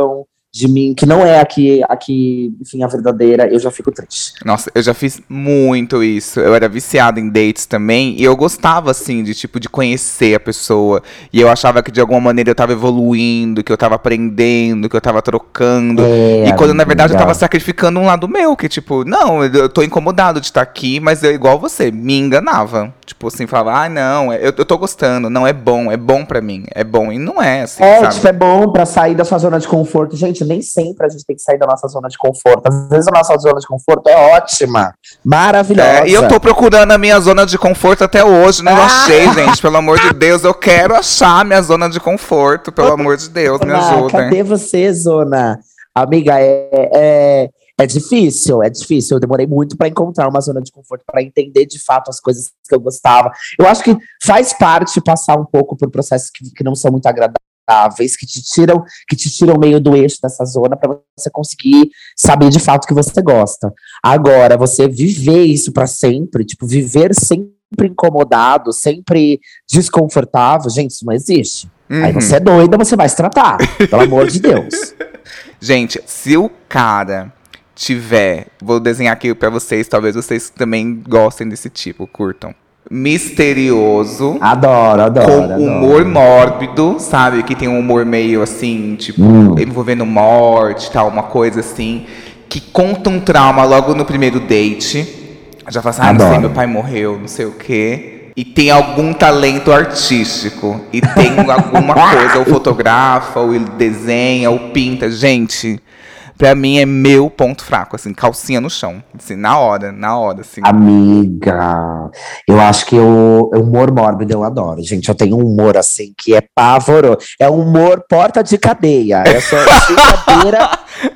de mim, que não é aqui, aqui, enfim, a verdadeira, eu já fico triste. Nossa, eu já fiz muito isso. Eu era viciado em dates também. E eu gostava, assim, de tipo, de conhecer a pessoa. E eu achava que de alguma maneira eu tava evoluindo, que eu tava aprendendo, que eu tava trocando. É, e quando na verdade eu amiga. tava sacrificando um lado meu, que tipo, não, eu tô incomodado de estar aqui, mas eu, igual você, me enganava. Tipo assim, falava, ah, não, eu, eu tô gostando, não é bom, é bom pra mim, é bom. E não é assim, É, sabe? tipo, é bom pra sair da sua zona de conforto. Gente, nem sempre a gente tem que sair da nossa zona de conforto. Às vezes a nossa zona de conforto é ótima, maravilhosa. É, e eu tô procurando a minha zona de conforto até hoje, não Ah! achei, gente. Pelo amor de Deus, eu quero achar a minha zona de conforto. Pelo amor de Deus, me Zona, ajuda. cadê você, Zona? Amiga, é, é, é difícil, é difícil. Eu demorei muito pra encontrar uma zona de conforto, pra entender de fato as coisas que eu gostava. Eu acho que faz parte passar um pouco por processos que, que não são muito agradáveis, que te tiram, que te tiram meio do eixo dessa zona pra você conseguir saber de fato o que você gosta. Agora, você viver isso pra sempre, tipo, viver sempre incomodado, sempre desconfortável, gente, isso não existe. Aí Uhum. você é doida, você vai se tratar. Pelo amor de Deus. Gente, se o cara tiver, vou desenhar aqui pra vocês, talvez vocês também gostem desse tipo, curtam. Misterioso, Adoro, adoro. com adoro. humor mórbido, sabe? Que tem um humor meio assim, tipo, Hum. envolvendo morte, tal, uma coisa assim. Que conta um trauma logo no primeiro date. Já fala assim, ah, não sei, Adoro. meu pai morreu, não sei o quê. E tem algum talento artístico. E tem alguma coisa, ou fotografa, ou ele desenha, ou pinta. Gente, pra mim é meu ponto fraco, assim, calcinha no chão. Assim, na hora, na hora, assim. Amiga, eu acho que o o humor mórbido eu adoro. Gente, eu tenho um humor assim que é pavoroso. É um humor porta de cadeia. Eu sou sempre à beira.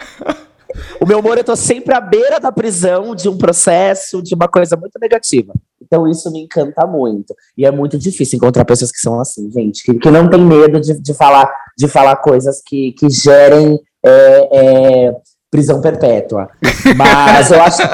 O meu humor, eu tô sempre à beira da prisão, de um processo, de uma coisa muito negativa. Então isso me encanta muito. E é muito difícil encontrar pessoas que são assim, gente, que, que não tem medo de, de, falar, de falar coisas que, que gerem é, é, prisão perpétua. Mas eu acho.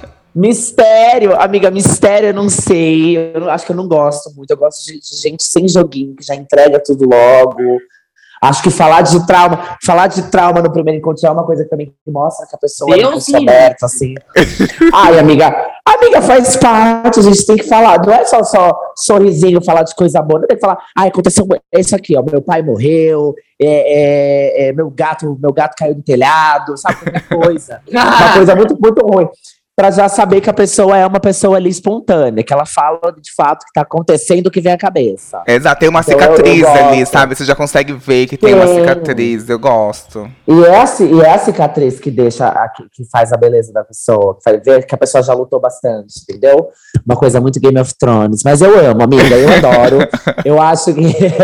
Mistério, amiga, mistério, eu não sei. Eu não- acho que eu não gosto muito. Eu gosto de, de gente sem joguinho, que já entrega tudo logo. Acho que falar de trauma, falar de trauma no primeiro encontro é uma coisa que também que mostra que a pessoa é uma Deus pessoa me aberta, assim. Ai, amiga, amiga, faz parte, a gente tem que falar. Não é só, só sorrisinho, falar de coisa boa. Não tem que falar, ai, aconteceu isso aqui, ó. Meu pai morreu, é, é, é, meu gato, meu gato caiu do telhado, sabe? Qualquer coisa. Uma coisa muito, muito ruim. Pra já saber que a pessoa é uma pessoa ali espontânea, que ela fala de fato o que tá acontecendo, o que vem à cabeça. Exato, tem uma Então, eu- eu cicatriz ali, gosto. sabe? Você já consegue ver que tem uma Tem. cicatriz, eu gosto. E é, a, ci- e é a cicatriz que deixa, a, que, que faz a beleza da pessoa, que faz ver que a pessoa já lutou bastante, entendeu? Uma coisa muito Game of Thrones. Mas eu amo, amiga, eu adoro. Eu acho que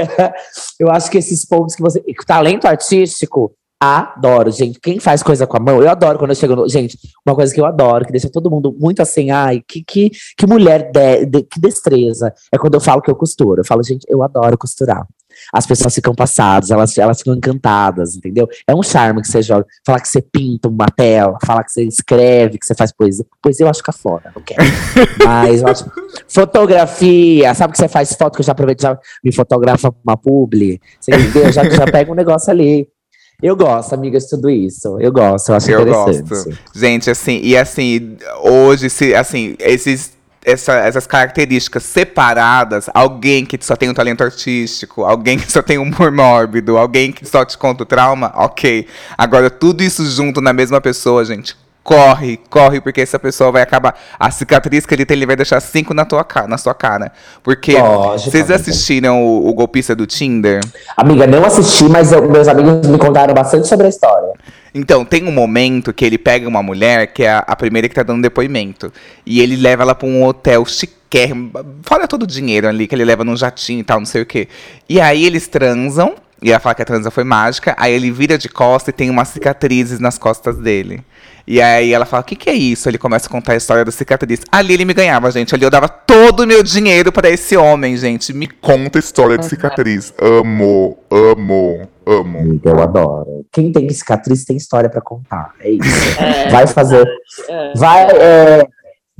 eu acho que esses pontos que você. Talento artístico, adoro, gente. Quem faz coisa com a mão, eu adoro quando eu chego no. Gente, uma coisa que eu adoro, que deixa todo mundo muito assim, ai, que, que, que mulher, de, de- que destreza. É quando eu falo que eu costuro. Eu falo, gente, eu adoro costurar. As pessoas ficam passadas, elas, elas ficam encantadas, entendeu? É um charme que você joga. Falar que você pinta uma tela, falar que você escreve, que você faz poesia. Poesia eu acho cafona, não quero. Mas eu acho. Fotografia, sabe que você faz foto, que eu já aproveito, já me fotografa pra uma publi. Você entendeu? Já, já pega um negócio ali. Eu gosto, amiga, de tudo isso. Eu gosto, eu acho Eu interessante. gosto. Gente, assim, e assim, hoje, se, assim, esses, essa- essas características separadas, alguém que só tem um talento artístico, alguém que só tem humor mórbido, alguém que só te conta o trauma, ok. Agora, tudo isso junto na mesma pessoa, gente, corre, corre, porque essa pessoa vai acabar. A cicatriz que ele tem, ele vai deixar cinco na, tua cara, na sua cara. Porque Lógico, vocês amiga. assistiram o, o Golpista do Tinder? Amiga, não assisti, mas eu- meus amigos me contaram bastante sobre a história. Então, tem um momento que ele pega uma mulher, que é a, a primeira que tá dando depoimento. E ele leva ela pra um hotel chiquérrimo, fora todo o dinheiro ali, que ele leva num jatinho e tal, não sei o quê. E aí eles transam, e ela fala que a transa foi mágica, aí ele vira de costa e tem umas cicatrizes nas costas dele. E aí ela fala, o que que é isso? Ele começa a contar a história da cicatriz. Ali ele me ganhava, gente. Ali eu dava todo o meu dinheiro pra esse homem, gente. Me Conta a história de cicatriz. Amo, amo, amo. Amiga, eu adoro. Quem tem cicatriz tem história pra contar. É isso. Vai fazer. É. Vai, é,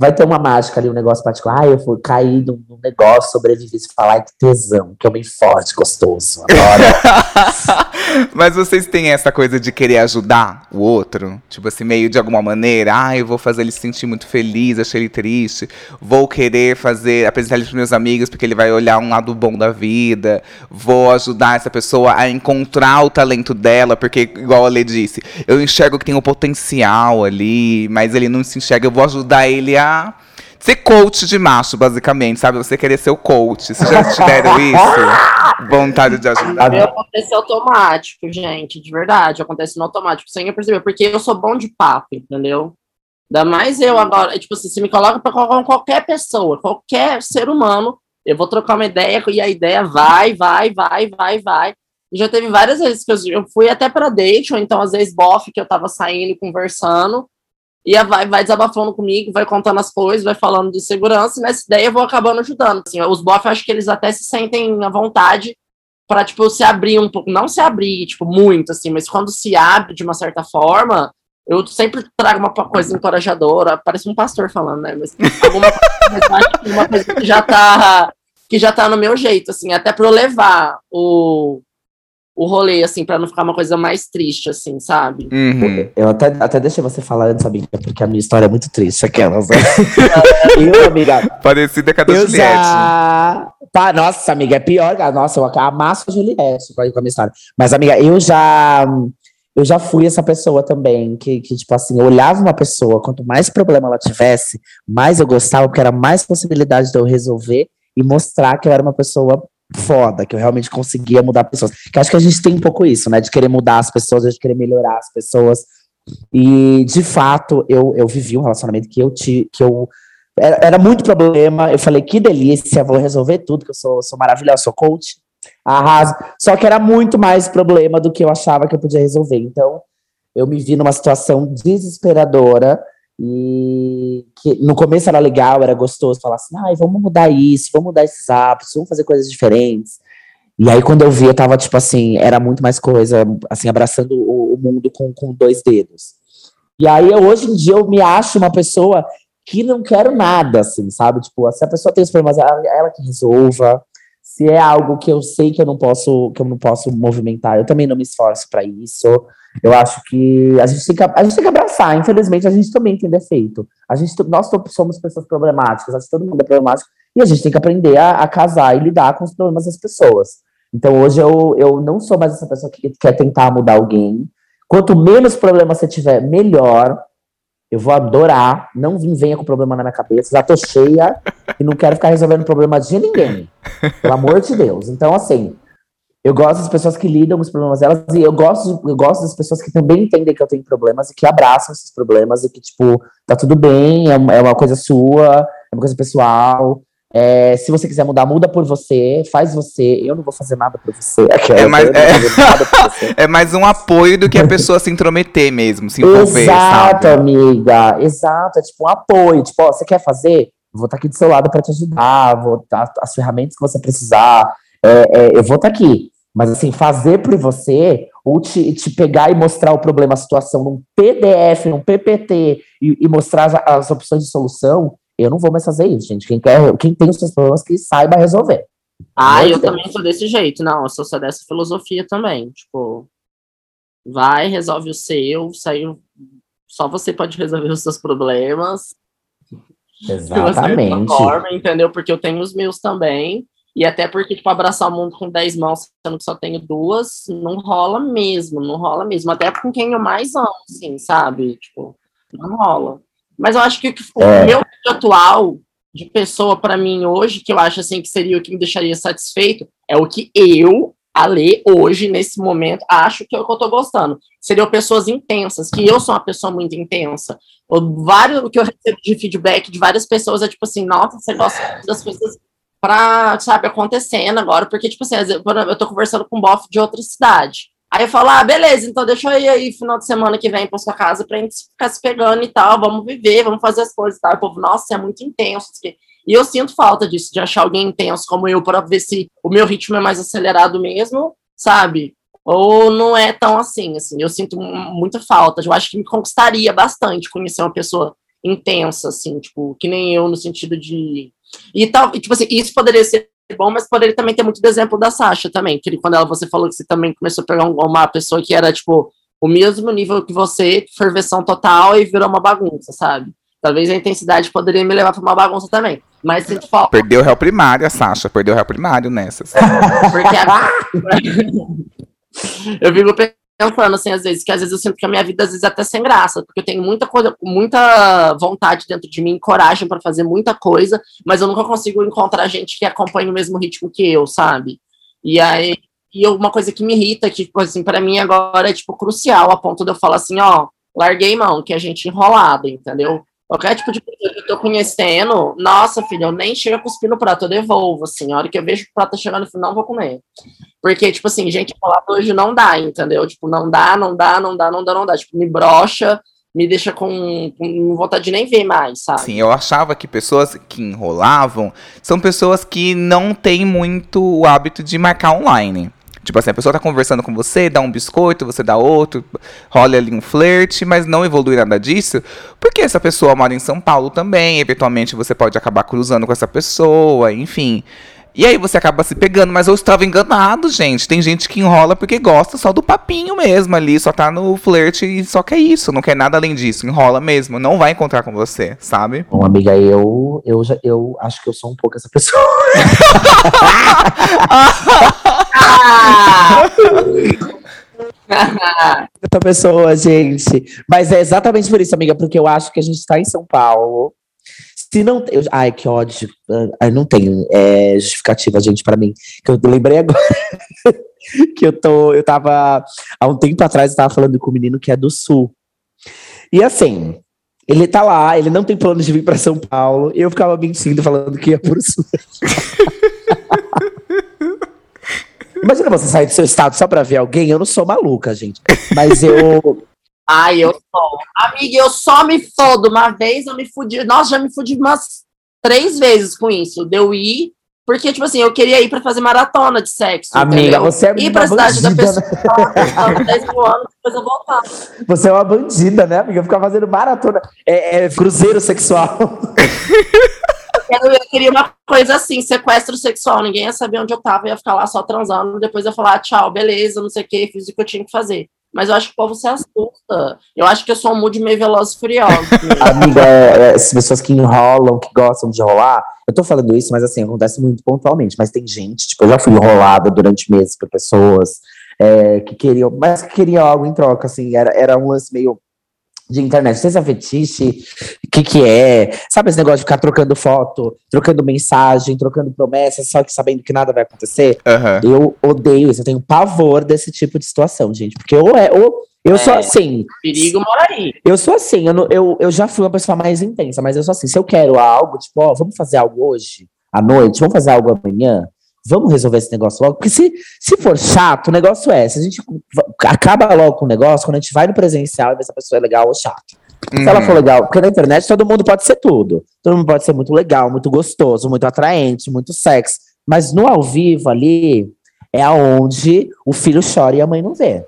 vai ter uma mágica ali, um negócio particular. Ah, eu fui cair num, num negócio, sobreviver e falar, ai, que tesão, que homem forte, gostoso, adoro. Mas vocês têm essa coisa de querer ajudar o outro? Tipo assim, meio de alguma maneira. Ah, eu vou fazer ele se sentir muito feliz, achei ele triste. Vou querer fazer, apresentar ele pros meus amigos, porque ele vai olhar um lado bom da vida. Vou ajudar essa pessoa a encontrar o talento dela, porque, igual a Lê disse, eu enxergo que tem um potencial ali, mas ele não se enxerga. Eu vou ajudar ele a ser coach de macho, basicamente, sabe? Você querer ser o coach. Vocês já tiveram isso? Vontade de ajudar? Meu acontece automático, gente, de verdade. Acontece no automático, sem eu perceber. Porque eu sou bom de papo, entendeu? Ainda mais eu agora. Tipo assim, se me coloca pra qualquer pessoa, qualquer ser humano, eu vou trocar uma ideia e a ideia vai, vai, vai, vai, vai. E já teve várias vezes que eu, eu fui até pra date, ou então às vezes bofe, que eu tava saindo e conversando. E vai, vai desabafando comigo, vai contando as coisas, vai falando de segurança, e nessa ideia eu vou acabando ajudando. Assim, os bofs, acho que eles até se sentem à vontade para, tipo, se abrir um pouco, não se abrir, tipo, muito, assim, mas quando se abre de uma certa forma, eu sempre trago uma coisa encorajadora, parece um pastor falando, né, mas alguma coisa, uma coisa que já tá, que já tá no meu jeito, assim, até para eu levar o... o rolê, assim, pra não ficar uma coisa mais triste, assim, sabe? Uhum. Eu até, até deixei você falar antes, amiga, porque a minha história é muito triste, aquelas. Né? Eu, amiga, Parecida com a da eu Juliette. já... Pá, nossa, amiga, é pior. Nossa, eu amasso a Juliette com a minha história. Mas, amiga, eu já... Eu já fui essa pessoa também, que, que, tipo assim, eu olhava uma pessoa, quanto mais problema ela tivesse, mais eu gostava, porque era mais possibilidade de eu resolver e mostrar que eu era uma pessoa foda, que eu realmente conseguia mudar pessoas. Que acho que a gente tem um pouco isso, né? De querer mudar as pessoas, de querer melhorar as pessoas. E, de fato, eu, eu vivi um relacionamento que eu te, que eu era, era muito problema. Eu falei, que delícia, vou resolver tudo, que eu sou, sou maravilhosa, sou coach, arraso. Só que era muito mais problema do que eu achava que eu podia resolver. Então, eu me vi numa situação desesperadora. E que no começo era legal, era gostoso falar assim, ai, vamos mudar isso, vamos mudar esses hábitos, vamos fazer coisas diferentes. E aí quando eu vi, eu tava tipo assim, era muito mais coisa, assim, abraçando o, o mundo com, com dois dedos. E aí eu, hoje em dia eu me acho uma pessoa que não quero nada, assim, sabe? Tipo, se a pessoa tem os problemas, ela, ela que resolva. Se é algo que eu sei que eu não posso, que eu não posso movimentar, eu também não me esforço para isso. Eu acho que a gente, tem que a gente tem que abraçar. Infelizmente, a gente também tem defeito. A gente, nós somos pessoas problemáticas, acho que todo mundo é problemático, e a gente tem que aprender a, a casar e lidar com os problemas das pessoas. Então, hoje, eu, eu não sou mais essa pessoa que quer tentar mudar alguém. Quanto menos problema você tiver, melhor. Eu vou adorar. Não venha com problema na minha cabeça. Já tô cheia e não quero ficar resolvendo problema de ninguém. Pelo amor de Deus. Então, assim, eu gosto das pessoas que lidam com os problemas delas e eu gosto, eu gosto das pessoas que também entendem que eu tenho problemas e que abraçam esses problemas e que, tipo, tá tudo bem, é uma, é uma coisa sua, é uma coisa pessoal. É, se você quiser mudar, muda por você, faz você. Eu não vou fazer nada por você. É mais, eu não vou fazer nada por você. é, é mais um apoio do que a pessoa se intrometer mesmo, se envolver, Exato, sabe? amiga. Exato, é tipo um apoio. Tipo, ó, você quer fazer? Eu vou estar aqui do seu lado para te ajudar, vou dar as ferramentas que você precisar. É, é, eu vou estar aqui. Mas, assim, fazer por você, ou te, te pegar e mostrar o problema, a situação num P D F, num P P T, e, e mostrar as, as opções de solução, eu não vou mais fazer isso, gente. Quem, quer, quem tem os seus problemas, que saiba resolver. Ah, eu também sou desse jeito. Não, eu sou só dessa filosofia também. Tipo, vai, resolve o seu, saiu. Só você pode resolver os seus problemas. Exatamente. De uma forma, entendeu? Porque eu tenho os meus também. E até porque, tipo, abraçar o mundo com dez mãos, sendo que só tenho duas, não rola mesmo, não rola mesmo. Até com quem eu mais amo, assim, sabe? Tipo, não rola. Mas eu acho que o É. meu vídeo atual de pessoa, pra mim, hoje, que eu acho, assim, que seria o que me deixaria satisfeito, é o que eu, Ale, hoje, nesse momento, acho que é o que eu tô gostando. Seriam pessoas intensas, que eu sou uma pessoa muito intensa. O, vários, o que eu recebo de feedback de várias pessoas é tipo assim, nossa, você gosta das coisas pra, sabe, acontecendo agora, porque, tipo assim, às vezes, eu tô conversando com um bofe de outra cidade. Aí eu falo, ah, beleza, então deixa eu ir aí final de semana que vem pra sua casa pra gente ficar se pegando e tal, vamos viver, vamos fazer as coisas e tal. E o povo, nossa, é muito intenso. E eu sinto falta disso, de achar alguém intenso como eu, pra ver se o meu ritmo é mais acelerado mesmo, sabe? Ou não é tão assim, assim. Eu sinto muita falta. Eu acho que me conquistaria bastante conhecer uma pessoa intensa, assim, tipo, que nem eu, no sentido de... E tal, e, tipo assim, isso poderia ser bom, mas poderia também ter muito do exemplo da Sasha também, que quando ela, você falou que você também começou a pegar um, uma pessoa que era, tipo, o mesmo nível que você, ferveção total, e virou uma bagunça, sabe? Talvez a intensidade poderia me levar pra uma bagunça também. Mas se fala... Perdeu o réu primário, a Sasha. Perdeu o réu primário nessas. Porque agora... eu fico pensando, assim, às vezes, que às vezes eu sinto que a minha vida, às vezes, é até sem graça, porque eu tenho muita coisa, muita vontade dentro de mim, coragem pra fazer muita coisa, mas eu nunca consigo encontrar gente que acompanhe o mesmo ritmo que eu, sabe? E aí, e uma coisa que me irrita, que, tipo assim, pra mim agora é, tipo, crucial, a ponto de eu falar assim, ó, larguei mão, que é gente enrolada, entendeu? Qualquer tipo de coisa que eu tô conhecendo, nossa, filha, eu nem chego a cuspir no prato, eu devolvo, assim, a hora que eu vejo que o prato tá chegando, eu não vou comer. Porque, tipo assim, gente enrolada hoje não dá, entendeu? Tipo, não dá, não dá, não dá, não dá, não dá. Tipo, me brocha, me deixa com, com vontade de nem ver mais, sabe? Sim, eu achava que pessoas que enrolavam são pessoas que não têm muito o hábito de marcar online. Tipo assim, a pessoa tá conversando com você, dá um biscoito, você dá outro, rola ali um flerte, mas não evolui nada disso, porque essa pessoa mora em São Paulo também, eventualmente você pode acabar cruzando com essa pessoa, enfim. E aí você acaba se pegando, mas eu estava enganado, gente. Tem gente que enrola porque gosta só do papinho mesmo ali, só tá no flerte e só quer isso, não quer nada além disso, enrola mesmo, não vai encontrar com você, sabe? Bom, amiga, eu, eu, já, eu acho que eu sou um pouco essa pessoa. Essa pessoa, gente. Mas é exatamente por isso, amiga, porque eu acho que a gente tá em São Paulo. Se não. Eu, ai, que ódio. Ai, não tem é, justificativa, gente, pra mim. Que eu lembrei agora. que eu tô. Eu tava. Há um tempo atrás, eu tava falando com um menino que é do Sul. E assim. Ele tá lá, ele não tem plano de vir pra São Paulo. E eu ficava mentindo, falando que ia pro Sul. Imagina você sair do seu estado só pra ver alguém. Eu não sou maluca, gente. Mas eu. Ai, eu sou. Amiga, eu só me fodo. Uma vez eu me fudi. Nossa, já me fudi umas três vezes com isso. De eu ir. Porque, tipo assim, eu queria ir pra fazer maratona de sexo. Amiga, entendeu? você é ir pra cidade bandida, da pessoa, né? dez mil anos, depois eu voltar. Você é uma bandida, né, amiga? Ficar fazendo maratona. É, é cruzeiro sexual. Eu, eu queria uma coisa assim, sequestro sexual. Ninguém ia saber onde eu tava, ia ficar lá só transando. Depois ia falar, tchau, beleza, não sei o que, fiz o que eu tinha que fazer. Mas eu acho que o povo se assusta. Eu acho que eu sou um mood meio veloz e furioso. Amiga, é, as pessoas que enrolam, que gostam de enrolar. Eu tô falando isso, mas assim, acontece muito pontualmente. Mas tem gente, tipo, eu já fui enrolada durante meses por pessoas é, que queriam, mas que queriam algo em troca, assim. Era, era um lance meio de internet. Não sei se é fetiche, o que que é. Sabe esse negócio de ficar trocando foto, trocando mensagem, trocando promessas, só que sabendo que nada vai acontecer? Uhum. Eu odeio isso, eu tenho pavor desse tipo de situação, gente. Porque ou é, ou eu É, sou assim. Perigo mora aí. Eu sou assim, eu, não- eu, eu já fui uma pessoa mais intensa, mas eu sou assim. Se eu quero algo, tipo, ó, vamos fazer algo hoje, à noite, vamos fazer algo amanhã, vamos resolver esse negócio logo. Porque se, se for chato, o negócio é, se a gente v- acaba logo com o negócio, quando a gente vai no presencial e vê se a pessoa é legal ou chata. Se ela for legal, porque na internet todo mundo pode ser tudo. Todo mundo pode ser muito legal, muito gostoso, muito atraente, muito sexy. Mas no ao vivo ali é aonde o filho chora e a mãe não vê.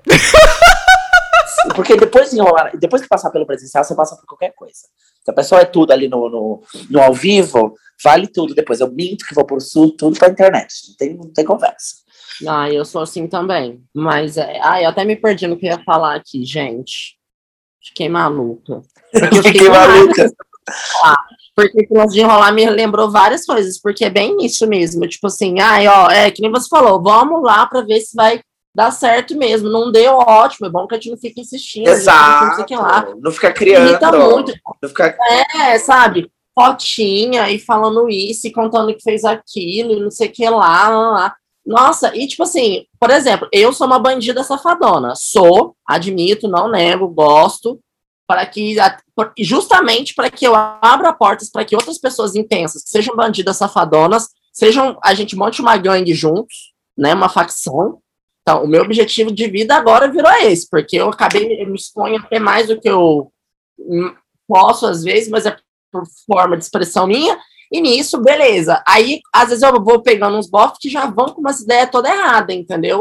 Porque depois de enrolar, depois que passar pelo presencial, você passa por qualquer coisa. Se a pessoa é tudo ali no, no, no ao vivo, vale tudo depois. Eu minto que vou pro sul, tudo pra internet. Não tem, não tem conversa. Ah, eu sou assim também. Mas, é... ai, eu até me perdi no que eu ia falar aqui, gente. Fiquei maluca. Porque eu Fiquei com raiva maluca. de enrolar. Porque esse lance de enrolar me lembrou várias coisas. Porque é bem isso mesmo. Tipo assim, ai, ó, é que nem você falou. Vamos lá pra ver se vai dar certo mesmo. Não deu, ótimo. É bom que a gente não fique insistindo. a gente Não sei o que lá. Não fica Irrita muito. Não fica... É, sabe? Fotinha e falando isso e contando que fez aquilo e não sei o que lá, lá, lá. Nossa, e tipo assim, por exemplo, eu sou uma bandida safadona. Sou, admito, não nego, gosto, para que justamente para que eu abra portas para que outras pessoas intensas, que sejam bandidas safadonas, sejam, a gente monte uma gangue juntos, né, uma facção. Então, o meu objetivo de vida agora virou esse, porque eu acabei, eu me exponho até mais do que eu posso às vezes, mas é por forma de expressão minha. E nisso, beleza. Aí, às vezes, eu vou pegando uns bofs que já vão com umas ideias toda errada, entendeu?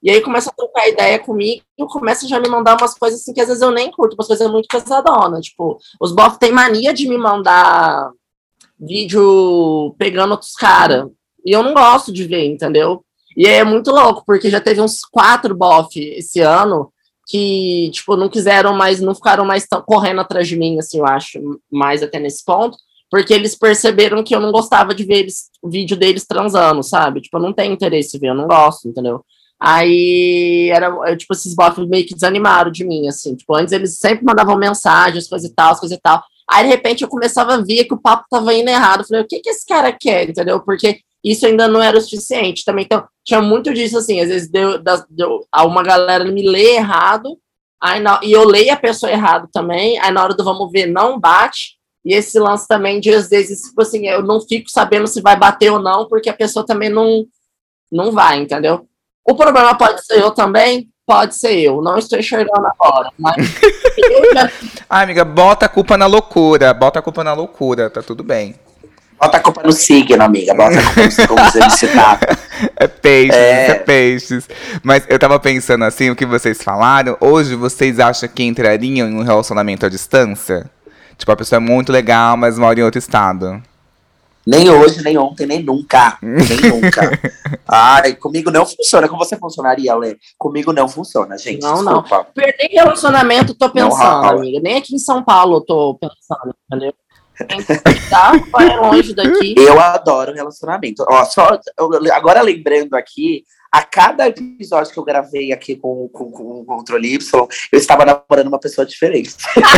E aí começa a trocar ideia comigo e começa já a me mandar umas coisas assim que às vezes eu nem curto, umas coisas muito pesadonas. Tipo, os bofs têm mania de me mandar vídeo pegando outros caras. E eu não gosto de ver, entendeu? E aí é muito louco, porque já teve uns quatro bof esse ano que, tipo, não quiseram mais, não ficaram mais tão correndo atrás de mim, assim, eu acho, mais até nesse ponto, porque eles perceberam que eu não gostava de ver eles, o vídeo deles transando, sabe? Tipo, eu não tenho interesse em ver, eu não gosto, entendeu? Aí, era, eu, tipo, esses bots meio que desanimaram de mim, assim. Tipo, antes eles sempre mandavam mensagens, coisa e tal, coisa e tal. Aí, de repente, eu começava a ver que o papo tava indo errado. Eu falei, o que que esse cara quer, entendeu? Porque isso ainda não era o suficiente também. Então, tinha muito disso, assim. Às vezes, deu, deu, uma galera me lê errado, aí na, e eu leio a pessoa errado também. Aí, na hora do vamos ver, não bate. E esse lance também de, às vezes, tipo assim, eu não fico sabendo se vai bater ou não, porque a pessoa também não, não vai, entendeu? O problema pode ser eu também, pode ser eu. Não estou enxergando agora, mas eu já... Ai, amiga, bota a culpa na loucura. Bota a culpa na loucura, tá tudo bem. Bota a culpa no signo, amiga. Bota a culpa no signo, como você disse, tá? É peixes, É. é peixes. Mas eu tava pensando assim, o que vocês falaram. Hoje, vocês acham que entrariam em um relacionamento à distância? Tipo, a pessoa é muito legal, mas mora em outro estado. Nem hoje, nem ontem, nem nunca. Nem nunca. Ai, comigo não funciona. Com você funcionaria, Lê? Comigo não funciona, gente. Não, Desculpa. não. Perder relacionamento, tô pensando, rola. amiga. Nem aqui em São Paulo eu tô pensando, entendeu? Tá, vai longe daqui. Eu adoro relacionamento. Ó, só, eu- agora lembrando aqui, a cada episódio que eu gravei aqui com, com, com o Controle Y, eu estava namorando uma pessoa diferente.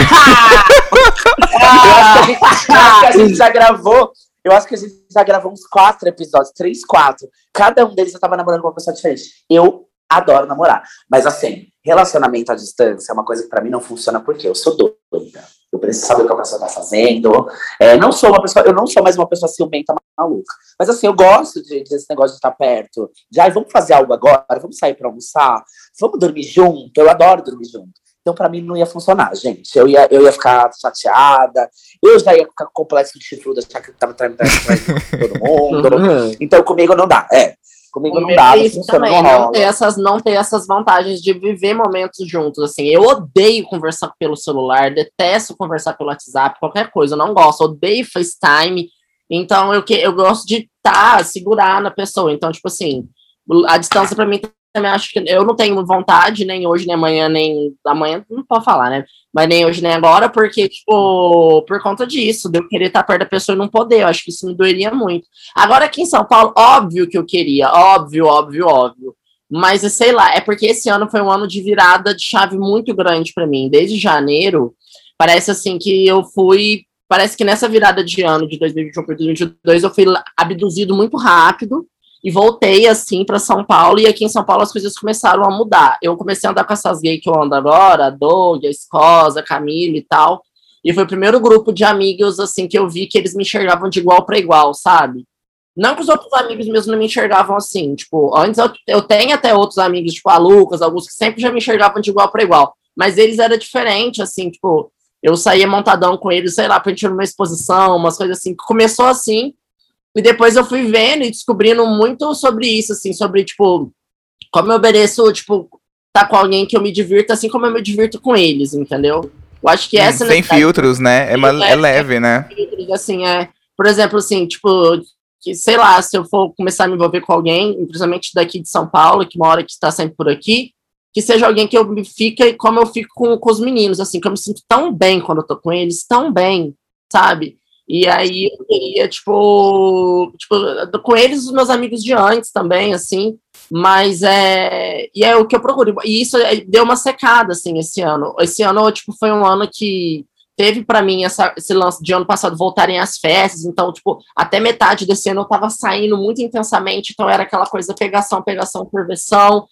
Eu acho que a gente, eu acho que a gente já gravou. Eu acho que a gente já gravou uns quatro episódios, três, quatro. Cada um deles eu tava namorando com uma pessoa diferente. Eu adoro namorar. Mas assim, relacionamento à distância é uma coisa que pra mim não funciona porque eu sou doida. Eu preciso saber o que a pessoa tá fazendo. É, não sou uma pessoa, eu não sou mais uma pessoa ciumenta maluca. Mas assim, eu gosto de, desse negócio de estar perto. De, ai, vamos fazer algo agora? Vamos sair pra almoçar? Vamos dormir junto? Eu adoro dormir junto. Então, pra mim, não ia funcionar, gente. Eu ia, eu ia ficar chateada, eu já ia ficar com complexo de chifruda, achar que eu tava traindo todo mundo. Então, comigo não dá. É, comigo não dá, não Isso funciona, também, não não rola. ter, essas, não ter essas vantagens de viver momentos juntos, assim. Eu odeio conversar pelo celular, detesto conversar pelo WhatsApp, qualquer coisa, eu não gosto, odeio FaceTime. Então, eu, que, eu gosto de estar, tá, segurar na pessoa. Então, tipo assim, a distância pra mim também acho que eu não tenho vontade, nem hoje, nem amanhã, nem amanhã, não pode falar, né? Mas nem hoje, nem agora, porque, tipo, por conta disso, de eu querer estar perto da pessoa e não poder, eu acho que isso me doeria muito. Agora, aqui em São Paulo, óbvio que eu queria, óbvio, óbvio, óbvio. Mas, sei lá, é porque esse ano foi um ano de virada de chave muito grande pra mim. Desde janeiro, parece assim que eu fui. Parece que nessa virada de ano de dois mil e vinte e um para dois mil e vinte e dois eu fui abduzido muito rápido. E voltei, assim, para São Paulo, e aqui em São Paulo as coisas começaram a mudar. Eu comecei a andar com essas gays que eu ando agora, a Doug, a Escosa, a Camila e tal, e foi o primeiro grupo de amigos, assim, que eu vi que eles me enxergavam de igual para igual, sabe? Não que os outros amigos mesmo não me enxergavam assim, tipo, antes eu, eu tenho até outros amigos, tipo, a Lucas, alguns que sempre já me enxergavam de igual para igual, mas eles era diferente, assim, tipo, eu saía montadão com eles, sei lá, pra gente ir numa exposição, umas coisas assim, começou assim. E depois eu fui vendo e descobrindo muito sobre isso, assim, sobre, tipo, como eu mereço, tipo, estar com alguém que eu me divirto, assim como eu me divirto com eles, entendeu? Eu acho que essa... Hum, sem filtros, né? É, uma, é leve, né? Filtros, assim, é... Por exemplo, assim, tipo, que, sei lá, se eu for começar a me envolver com alguém, principalmente daqui de São Paulo, que mora, que está sempre por aqui, que seja alguém que eu me fique como eu fico com, com os meninos, assim, que eu me sinto tão bem quando eu tô com eles, tão bem, sabe? E aí eu queria, tipo, tipo, com eles, os meus amigos de antes também, assim, mas é, e é o que eu procuro, e isso deu uma secada, assim, esse ano, esse ano, tipo, foi um ano que teve pra mim essa, esse lance de ano passado voltarem às festas, então, tipo, até metade desse ano eu tava saindo muito intensamente, então era aquela coisa pegação, pegação, perversão,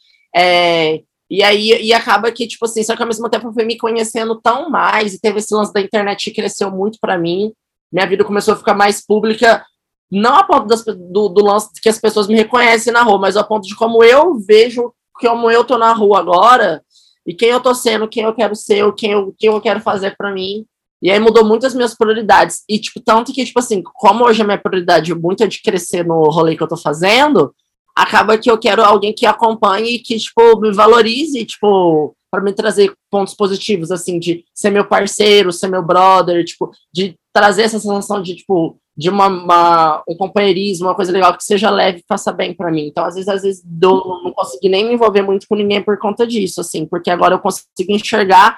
é, e aí, e acaba que, tipo assim, só que ao mesmo tempo eu fui me conhecendo tão mais, e teve esse lance da internet que cresceu muito pra mim. Minha vida começou a ficar mais pública, não a ponto das, do, do lance que as pessoas me reconhecem na rua, mas a ponto de como eu vejo, como eu tô na rua agora, e quem eu tô sendo, quem eu quero ser, quem eu, quem eu quero fazer pra mim. E aí mudou muito as minhas prioridades. E, tipo, tanto que, tipo assim, como hoje a minha prioridade muito é de crescer no rolê que eu tô fazendo, acaba que eu quero alguém que acompanhe e que, tipo, me valorize, tipo, para me trazer pontos positivos, assim, de ser meu parceiro, ser meu brother, tipo, de trazer essa sensação de, tipo, de uma, uma um companheirismo, uma coisa legal que seja leve e faça bem para mim. Então, às vezes, às vezes eu não consegui nem me envolver muito com ninguém por conta disso, assim, porque agora eu consigo enxergar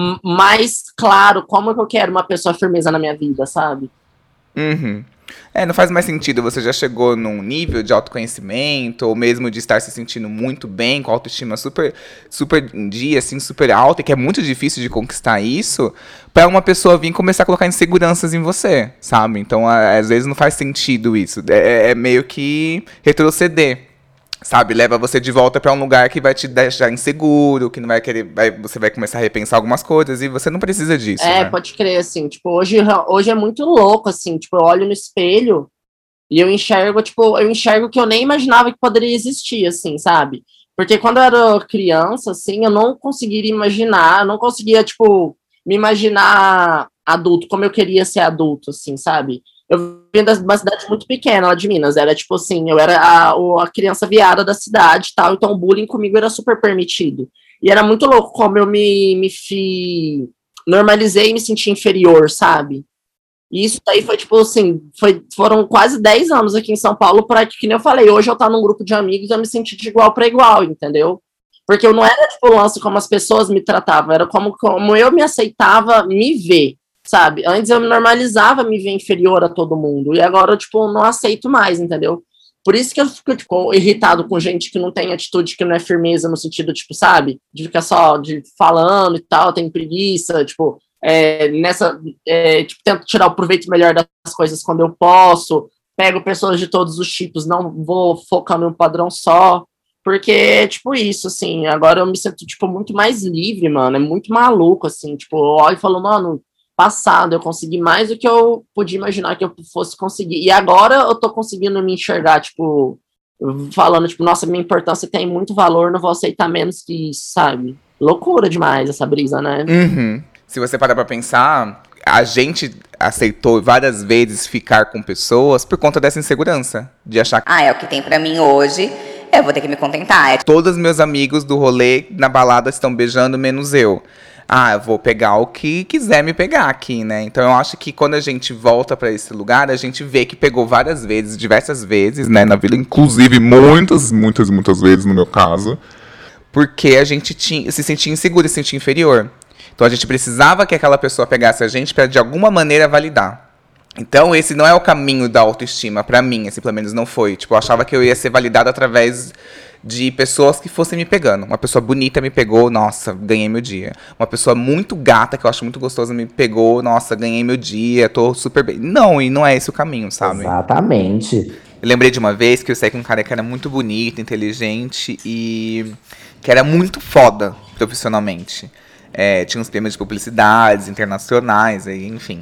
mais claro como que eu quero uma pessoa firmeza na minha vida, sabe? Uhum. É, não faz mais sentido. Você já chegou num nível de autoconhecimento, ou mesmo de estar se sentindo muito bem, com a autoestima super, super em dia, assim, super alta, e que é muito difícil de conquistar isso, para uma pessoa vir começar a colocar inseguranças em você, sabe? Então, a- às vezes não faz sentido isso. É, é meio que retroceder. Sabe, leva você de volta pra um lugar que vai te deixar inseguro, que não vai querer, vai, você vai começar a repensar algumas coisas e você não precisa disso, É, né? pode crer, assim, tipo, hoje, hoje é muito louco, assim, tipo, eu olho no espelho e eu enxergo, tipo, eu enxergo que eu nem imaginava que poderia existir, assim, sabe? Porque quando eu era criança, assim, eu não conseguiria imaginar, eu não conseguia, tipo, me imaginar adulto, como eu queria ser adulto, assim, sabe? Eu vim de uma cidade muito pequena, lá de Minas, era tipo assim, eu era a, o- a criança viada da cidade e tal, então o bullying comigo era super permitido. E era muito louco como eu me, me fi, normalizei e me senti inferior, sabe? E isso daí foi, tipo assim, foi, foram quase dez anos aqui em São Paulo para que, que nem eu falei, hoje eu tô num grupo de amigos e eu me senti de igual para igual, entendeu? Porque eu não era, tipo, o lance como as pessoas me tratavam, era como, como eu me aceitava me ver, sabe? Antes eu me normalizava me ver inferior a todo mundo, e agora eu, tipo, não aceito mais, entendeu? Por isso que eu fico, tipo, irritado com gente que não tem atitude, que não é firmeza no sentido, tipo, sabe? De ficar só de falando e tal, tem preguiça, tipo, é, nessa, é, tipo, tento tirar o proveito melhor das coisas quando eu posso, pego pessoas de todos os tipos, não vou focar num padrão só, porque, tipo, isso, assim, agora eu me sinto, tipo, muito mais livre, mano, é muito maluco, assim, tipo, eu olho e falo, mano, passado eu consegui mais do que eu podia imaginar que eu fosse conseguir, e agora eu tô conseguindo me enxergar, tipo, falando, tipo, nossa, minha importância tem muito valor, não vou aceitar menos que isso, sabe? Loucura demais essa brisa, né? Uhum. Se você parar pra pensar, a gente aceitou várias vezes ficar com pessoas por conta dessa insegurança. De achar que Ah, é o que tem pra mim hoje, eu vou ter que me contentar. É todos meus amigos do rolê na balada estão beijando, menos eu. Ah, eu vou pegar o que quiser me pegar aqui, né? Então eu acho que quando a gente volta pra esse lugar, a gente vê que pegou várias vezes, diversas vezes, né, na vida, Inclusive, muitas, muitas, muitas vezes no meu caso. porque a gente tinha, se sentia inseguro e se sentia inferior. Então a gente precisava que aquela pessoa pegasse a gente para de alguma maneira validar. Então esse não é o caminho da autoestima para mim, assim, pelo menos não foi. Tipo, eu achava que eu ia ser validado através de pessoas que fossem me pegando. Uma pessoa bonita me pegou, nossa, ganhei meu dia. Uma pessoa muito gata, que eu acho muito gostosa, me pegou, nossa, ganhei meu dia, tô super bem. Não, e não é esse o caminho, sabe? Exatamente. Eu lembrei de uma vez que eu saí com um cara que era muito bonito, inteligente e que era muito foda profissionalmente. É, tinha uns prêmios de publicidades internacionais, aí, enfim.